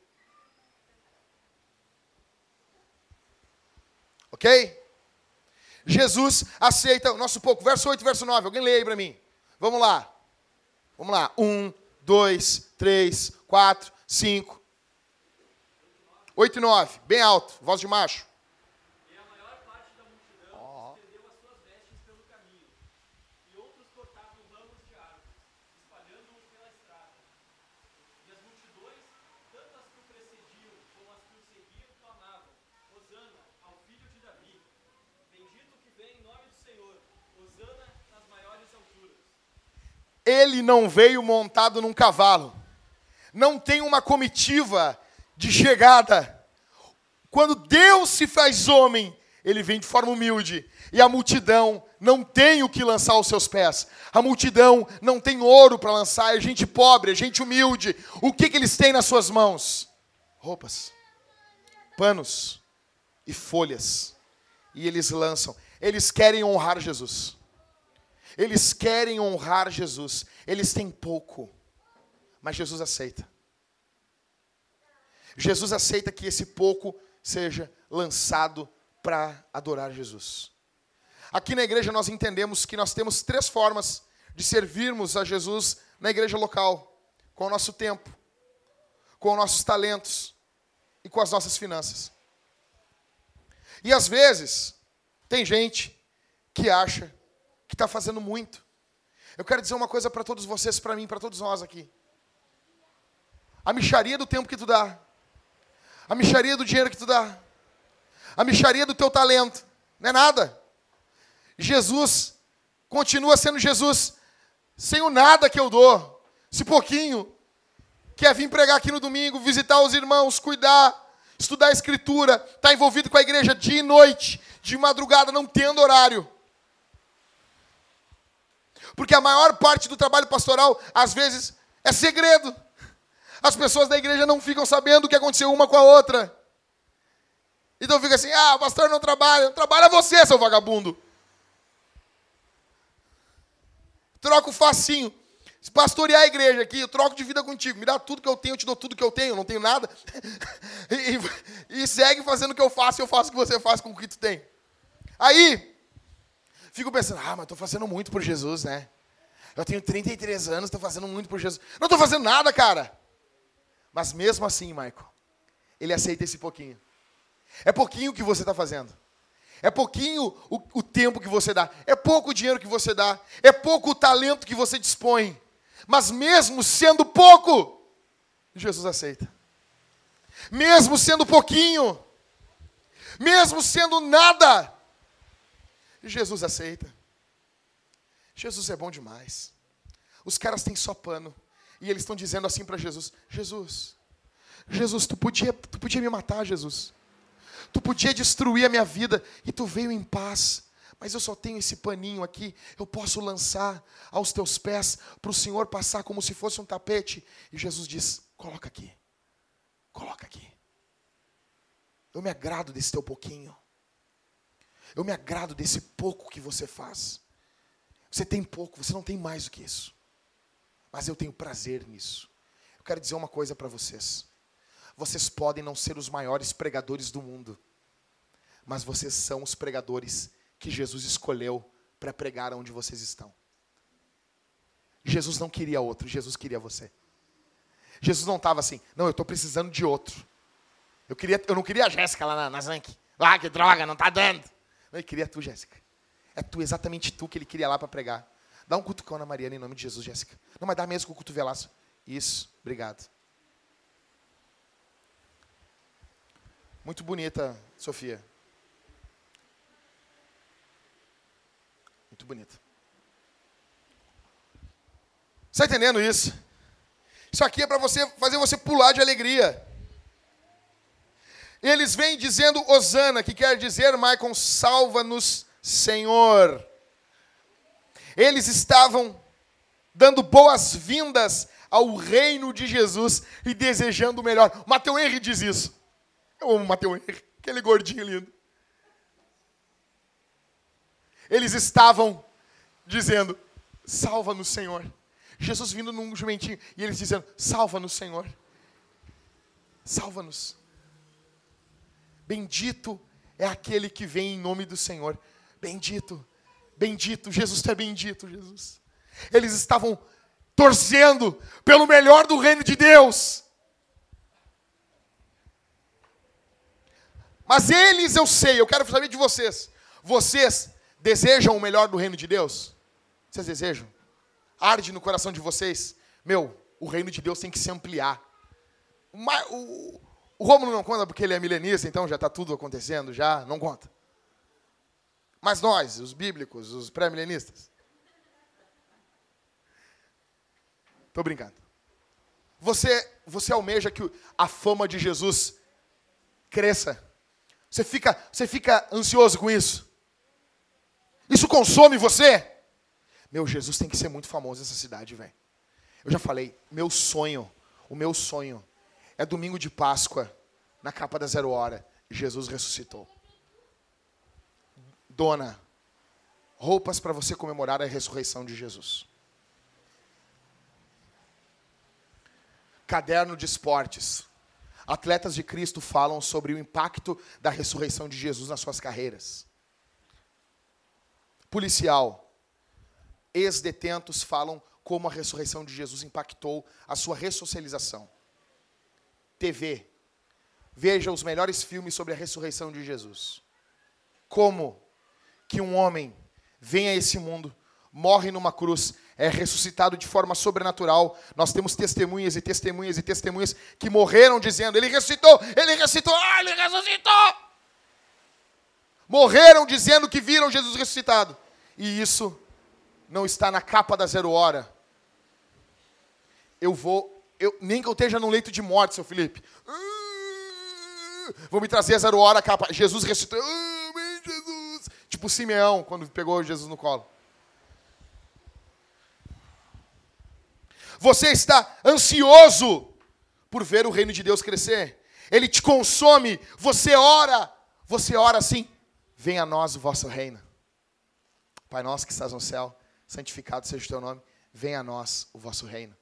Ok? Jesus aceita o nosso pouco. Verso oito e verso nove. Alguém lê aí para mim. Vamos lá. Vamos lá. Um, dois, três, quatro, cinco. Oito e nove. Bem alto. Voz de macho. E a maior parte da multidão oh. estendeu as suas vestes pelo caminho. E outros cortavam ramos de árvores, espalhando-os pela estrada. E as multidões, tanto as que o precediam como as que o seguiam, clamavam: Hosana ao filho de Davi. Bendito que vem em nome do Senhor. Hosana nas maiores alturas. Ele não veio montado num cavalo. Não tem uma comitiva de chegada. Quando Deus se faz homem, ele vem de forma humilde. E a multidão não tem o que lançar aos seus pés. A multidão não tem ouro para lançar. É gente pobre, é gente humilde. O que, que eles têm nas suas mãos? Roupas, panos e folhas. E eles lançam. Eles querem honrar Jesus. Eles querem honrar Jesus. Eles têm pouco. Mas Jesus aceita. Jesus aceita que esse pouco seja lançado para adorar Jesus. Aqui na igreja nós entendemos que nós temos três formas de servirmos a Jesus na igreja local. Com o nosso tempo, com os nossos talentos e com as nossas finanças. E às vezes, tem gente que acha que está fazendo muito. Eu quero dizer uma coisa para todos vocês, para mim, para todos nós aqui. A mixaria do tempo que tu dá, a mixaria do dinheiro que tu dá, a mixaria do teu talento, não é nada. Jesus continua sendo Jesus sem o nada que eu dou, esse pouquinho, que é vir pregar aqui no domingo, visitar os irmãos, cuidar, estudar a Escritura, estar envolvido com a igreja dia e noite, de madrugada, não tendo horário. Porque a maior parte do trabalho pastoral, às vezes, é segredo. As pessoas da igreja não ficam sabendo o que aconteceu uma com a outra. Então fica assim, ah, o pastor não trabalha. Trabalha você, seu vagabundo. Troca o facinho. Se pastorear a igreja aqui, eu troco de vida contigo. Me dá tudo que eu tenho, eu te dou tudo que eu tenho. Eu não tenho nada. e, e, e segue fazendo o que eu faço, e eu faço o que você faz com o que tu tem. Aí, fico pensando, ah, mas estou fazendo muito por Jesus, né? Eu tenho trinta e três anos, estou fazendo muito por Jesus. Não estou fazendo nada, cara. Mas mesmo assim, Michael, ele aceita esse pouquinho. É pouquinho que você está fazendo. É pouquinho o, o tempo que você dá. É pouco o dinheiro que você dá. É pouco o talento que você dispõe. Mas mesmo sendo pouco, Jesus aceita. Mesmo sendo pouquinho, mesmo sendo nada, Jesus aceita. Jesus é bom demais. Os caras têm só pano. E eles estão dizendo assim para Jesus, Jesus, Jesus, tu podia, tu podia me matar, Jesus. Tu podia destruir a minha vida e tu veio em paz. Mas eu só tenho esse paninho aqui, eu posso lançar aos teus pés para o Senhor passar como se fosse um tapete. E Jesus diz, coloca aqui. coloca aqui. Eu me agrado desse teu pouquinho. Eu me agrado desse pouco que você faz. Você tem pouco, você não tem mais do que isso. Mas eu tenho prazer nisso. Eu quero dizer uma coisa para vocês. Vocês podem não ser os maiores pregadores do mundo, mas vocês são os pregadores que Jesus escolheu para pregar onde vocês estão. Jesus não queria outro, Jesus queria você. Jesus não estava assim, não, eu estou precisando de outro. Eu, queria, eu não queria a Jéssica lá na, na Zank. Ah, que droga, não está dando. Não, ele queria tu, Jéssica. É tu, exatamente tu que ele queria lá para pregar. Dá um cutucão na Mariana em nome de Jesus, Jéssica. Não, mas dá mesmo com o cotovelaço. Isso, obrigado. Muito bonita, Sofia. Muito bonita. Você está entendendo isso? Isso aqui é para você fazer você pular de alegria. Eles vêm dizendo Hosana, que quer dizer, Maicon, salva-nos, Senhor. Eles estavam dando boas-vindas ao reino de Jesus e desejando o melhor. Mateus Henry diz isso. Eu amo Mateus Henry, aquele gordinho lindo. Eles estavam dizendo, salva-nos, Senhor. Jesus vindo num jumentinho e eles dizendo, salva-nos, Senhor. Salva-nos. Bendito é aquele que vem em nome do Senhor. Bendito, bendito, Jesus, tu é bendito, Jesus. Eles estavam torcendo pelo melhor do reino de Deus. Mas eles, eu sei, eu quero saber de vocês. Vocês desejam o melhor do reino de Deus? Vocês desejam? Arde no coração de vocês? Meu, o reino de Deus tem que se ampliar. O, o, o Rômulo não conta porque ele é milenista, então já está tudo acontecendo, já não conta. Mas nós, os bíblicos, os pré-milenistas. Estou brincando. Você, você almeja que a fama de Jesus cresça? Você fica, você fica ansioso com isso? Isso consome você? Meu, Jesus tem que ser muito famoso nessa cidade, velho. Eu já falei, meu sonho, o meu sonho é domingo de Páscoa, na capa da Zero Hora, Jesus ressuscitou. Dona, roupas para você comemorar a ressurreição de Jesus. Caderno de esportes. Atletas de Cristo falam sobre o impacto da ressurreição de Jesus nas suas carreiras. Policial. Ex-detentos falam como a ressurreição de Jesus impactou a sua ressocialização. T V. Veja os melhores filmes sobre a ressurreição de Jesus. Como que um homem vem a esse mundo, morre numa cruz, é ressuscitado de forma sobrenatural. Nós temos testemunhas e testemunhas e testemunhas que morreram dizendo, ele ressuscitou, ele ressuscitou, ah, ele ressuscitou. Morreram dizendo que viram Jesus ressuscitado. E isso não está na capa da Zero Hora. Eu vou, eu, nem que eu esteja num leito de morte, seu Felipe. Uh, vou me trazer a Zero Hora, a capa. Jesus ressuscitou. Uh, meu Jesus. Tipo Simeão, quando pegou Jesus no colo. Você está ansioso por ver o reino de Deus crescer. Ele te consome. Você ora. Você ora assim. Venha a nós o vosso reino. Pai nosso que estás no céu, santificado seja o teu nome. Venha a nós o vosso reino.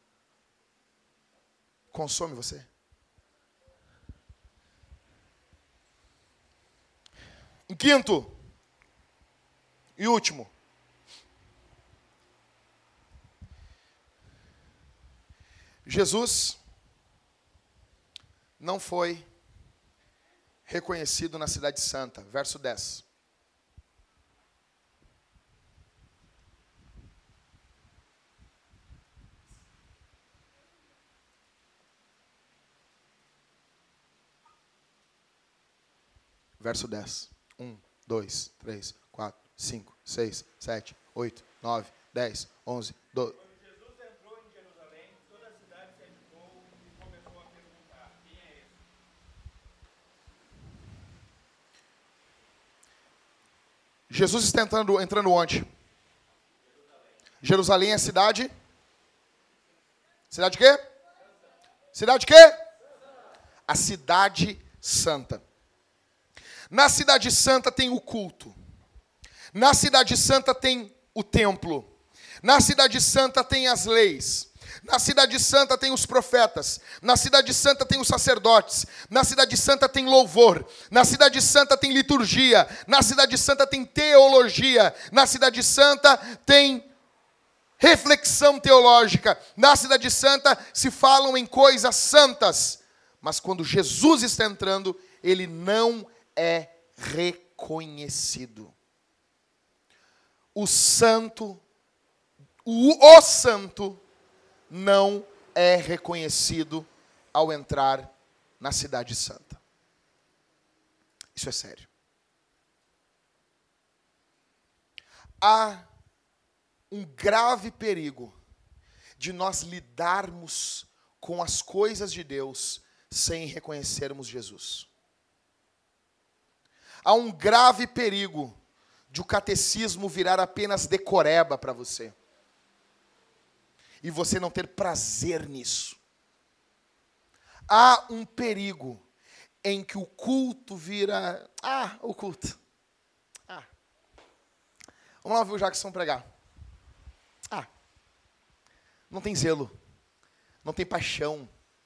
Consome você. Em quinto e último. Jesus não foi reconhecido na cidade santa. Verso dez. Verso dez. um, dois, três, quatro, cinco, seis, sete, oito, nove, dez, onze, doze. Quando Jesus entrou em Jerusalém, toda a cidade se agitou e começou a perguntar, quem é esse? Jesus está entrando, entrando onde? Jerusalém. Jerusalém é cidade? Cidade de quê? Cidade de quê? a cidade santa. Na cidade santa tem o culto. Na cidade santa tem o templo. Na cidade santa tem as leis. Na cidade santa tem os profetas. Na cidade santa tem os sacerdotes. Na cidade santa tem louvor. Na cidade santa tem liturgia. Na cidade santa tem teologia. Na cidade santa tem reflexão teológica. Na cidade santa se falam em coisas santas. Mas quando Jesus está entrando, ele não é reconhecido. O santo, o, o santo, não é reconhecido ao entrar na cidade santa. Isso é sério. Há um grave perigo de nós lidarmos com as coisas de Deus sem reconhecermos Jesus. Há um grave perigo de o catecismo virar apenas decoreba para você. E você não ter prazer nisso. Há um perigo em que o culto vira... Ah, o culto. Ah. Vamos lá ouvir o Jackson pregar. Ah. Não tem zelo. Não tem paixão.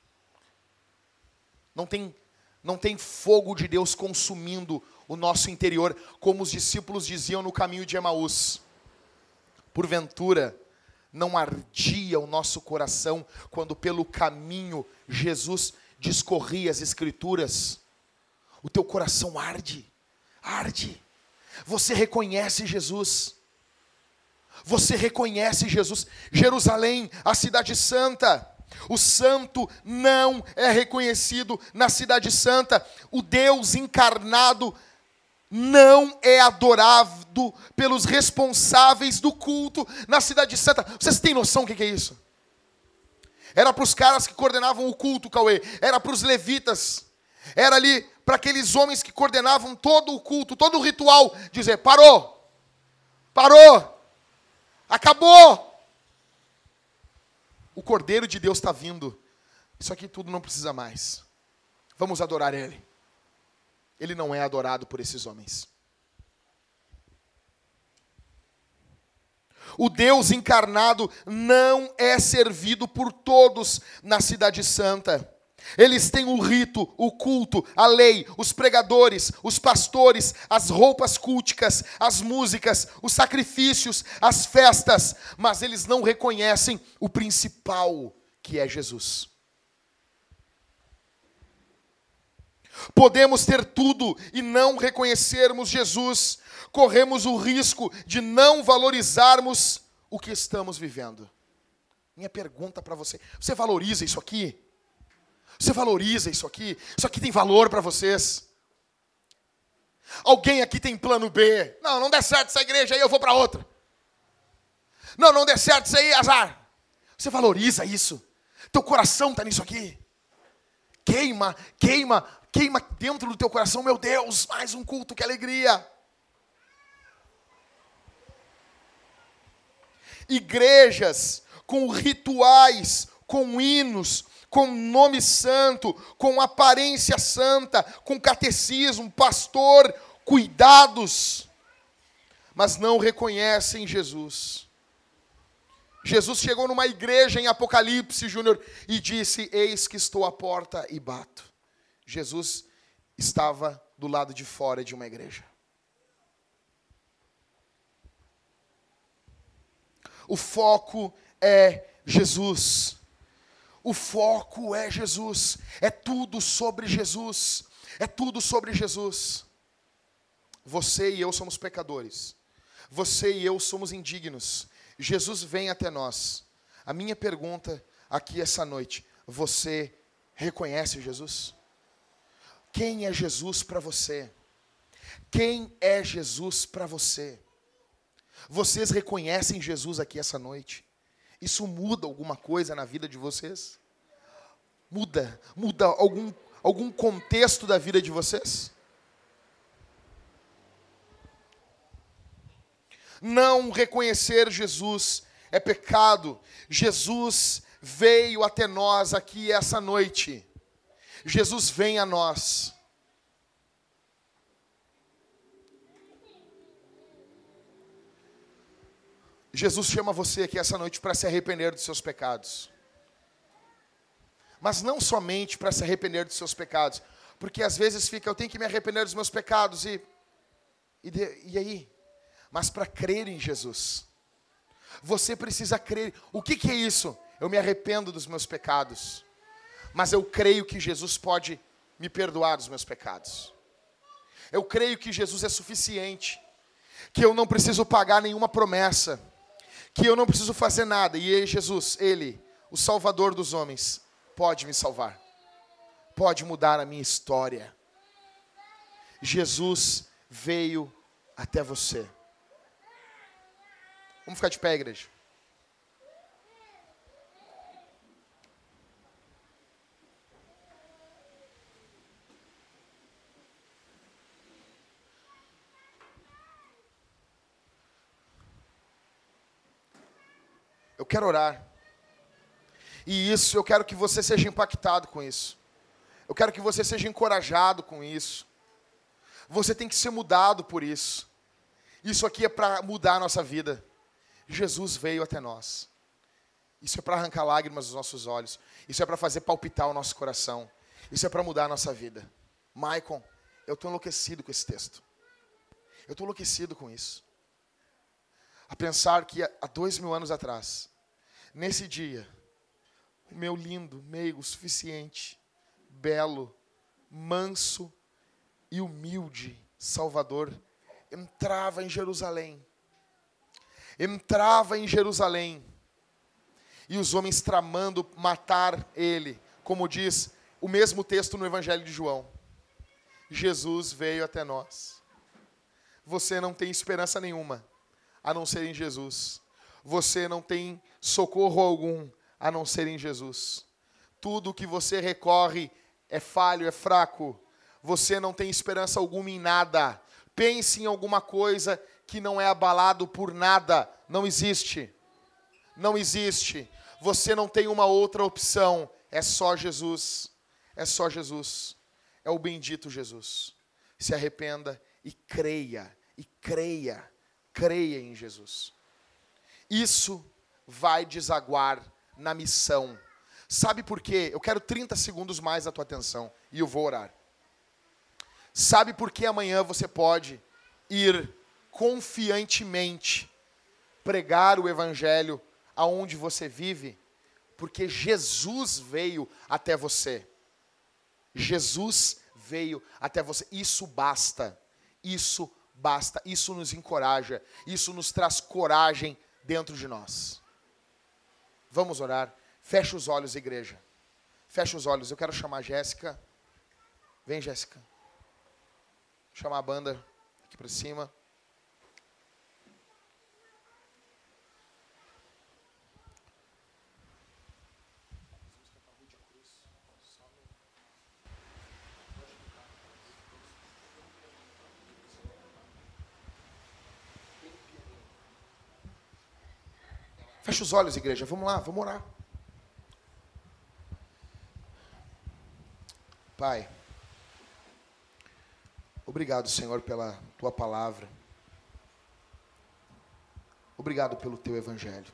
Não tem, não tem fogo de Deus consumindo o nosso interior, como os discípulos diziam no caminho de Emaús. Porventura, não ardia o nosso coração quando pelo caminho Jesus discorria as Escrituras? O teu coração arde, arde. Você reconhece Jesus. Você reconhece Jesus. Jerusalém, a cidade santa. O santo não é reconhecido na cidade santa. O Deus encarnado não é adorado pelos responsáveis do culto na cidade santa. Vocês têm noção do que é isso? Era para os caras que coordenavam o culto, Cauê. Era para os levitas. Era ali para aqueles homens que coordenavam todo o culto, todo o ritual. Dizer, parou. Parou. Acabou. O Cordeiro de Deus está vindo. Isso aqui tudo não precisa mais. Vamos adorar Ele. Ele não é adorado por esses homens. O Deus encarnado não é servido por todos na cidade santa. Eles têm o rito, o culto, a lei, os pregadores, os pastores, as roupas culticas, as músicas, os sacrifícios, as festas, mas eles não reconhecem o principal, que é Jesus. Podemos ter tudo e não reconhecermos Jesus. Corremos o risco de não valorizarmos o que estamos vivendo. Minha pergunta para você: você valoriza isso aqui? Você valoriza isso aqui? Isso aqui tem valor para vocês? Alguém aqui tem plano B? Não, não der certo essa igreja aí, eu vou para outra. Não, não der certo isso aí, azar. Você valoriza isso? Teu coração está nisso aqui? Queima, queima, queima dentro do teu coração. Meu Deus, mais um culto, que alegria. Igrejas com rituais, com hinos, com nome santo, com aparência santa, com catecismo, pastor, cuidados, mas não reconhecem Jesus. Jesus chegou numa igreja em Apocalipse, Júnior, e disse, eis que estou à porta e bato. Jesus estava do lado de fora de uma igreja. O foco é Jesus. O foco é Jesus. É tudo sobre Jesus. É tudo sobre Jesus. Você e eu somos pecadores. Você e eu somos indignos. Jesus vem até nós. A minha pergunta aqui essa noite: você reconhece Jesus? Quem é Jesus para você? Quem é Jesus para você? Vocês reconhecem Jesus aqui essa noite? Isso muda alguma coisa na vida de vocês? Muda, muda algum, algum contexto da vida de vocês? Não reconhecer Jesus é pecado. Jesus veio até nós aqui essa noite. Jesus vem a nós. Jesus chama você aqui essa noite para se arrepender dos seus pecados. Mas não somente para se arrepender dos seus pecados. Porque às vezes fica, eu tenho que me arrepender dos meus pecados e... E, de, e aí? Mas para crer em Jesus. Você precisa crer. O que, que é isso? Eu me arrependo dos meus pecados. Mas eu creio que Jesus pode me perdoar dos meus pecados. Eu creio que Jesus é suficiente. Que eu não preciso pagar nenhuma promessa. Que eu não preciso fazer nada. E ele, Jesus, Ele, o Salvador dos homens, pode me salvar. Pode mudar a minha história. Jesus veio até você. Vamos ficar de pé, igreja. Eu quero orar. E isso, eu quero que você seja impactado com isso. Eu quero que você seja encorajado com isso. Você tem que ser mudado por isso. Isso aqui é para mudar a nossa vida. Jesus veio até nós. Isso é para arrancar lágrimas dos nossos olhos. Isso é para fazer palpitar o nosso coração. Isso é para mudar a nossa vida. Maicon, eu estou enlouquecido com esse texto. Eu estou enlouquecido com isso. A pensar que há dois mil anos atrás, nesse dia, o meu lindo, meigo, suficiente, belo, manso e humilde Salvador entrava em Jerusalém. Entrava em Jerusalém. E os homens tramando matar ele. Como diz o mesmo texto no Evangelho de João. Jesus veio até nós. Você não tem esperança nenhuma, a não ser em Jesus. Você não tem socorro algum, a não ser em Jesus. Tudo que você recorre é falho, é fraco. Você não tem esperança alguma em nada. Pense em alguma coisa que não é abalado por nada. Não existe. Não existe. Você não tem uma outra opção. É só Jesus. É só Jesus. É o bendito Jesus. Se arrependa e creia. E creia. Creia em Jesus. Isso vai desaguar na missão. Sabe por quê? Eu quero trinta segundos mais da tua atenção. E eu vou orar. Sabe por que amanhã você pode ir confiantemente pregar o Evangelho aonde você vive? Porque Jesus veio até você. Jesus veio até você. Isso basta. Isso basta. Isso nos encoraja. Isso nos traz coragem dentro de nós. Vamos orar. Fecha os olhos, igreja. Fecha os olhos. Eu quero chamar a Jéssica. Vem, Jéssica. Chamar a banda aqui para cima. Fecha os olhos, igreja. Vamos lá, vamos orar. Pai, obrigado, Senhor, pela Tua palavra. Obrigado pelo Teu Evangelho.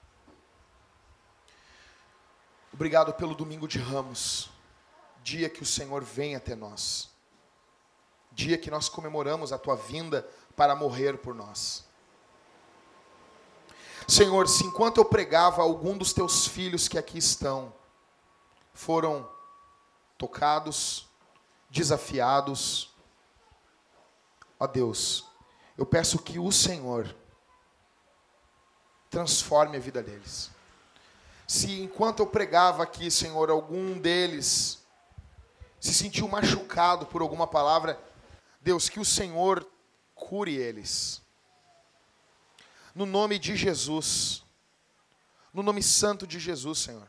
Obrigado pelo domingo de Ramos, dia que o Senhor vem até nós. Dia que nós comemoramos a Tua vinda para morrer por nós. Senhor, se enquanto eu pregava, algum dos Teus filhos que aqui estão foram tocados, desafiados, ó Deus, eu peço que o Senhor transforme a vida deles. Se enquanto eu pregava aqui, Senhor, algum deles se sentiu machucado por alguma palavra, Deus, que o Senhor cure eles. No nome de Jesus, no nome santo de Jesus, Senhor.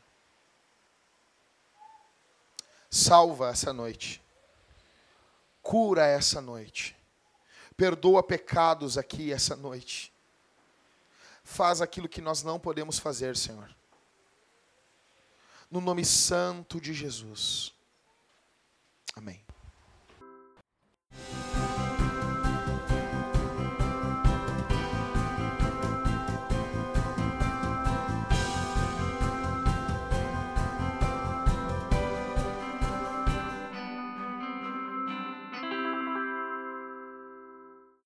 Salva essa noite. Cura essa noite. Perdoa pecados aqui essa noite. Faz aquilo que nós não podemos fazer, Senhor. No nome santo de Jesus. Amém.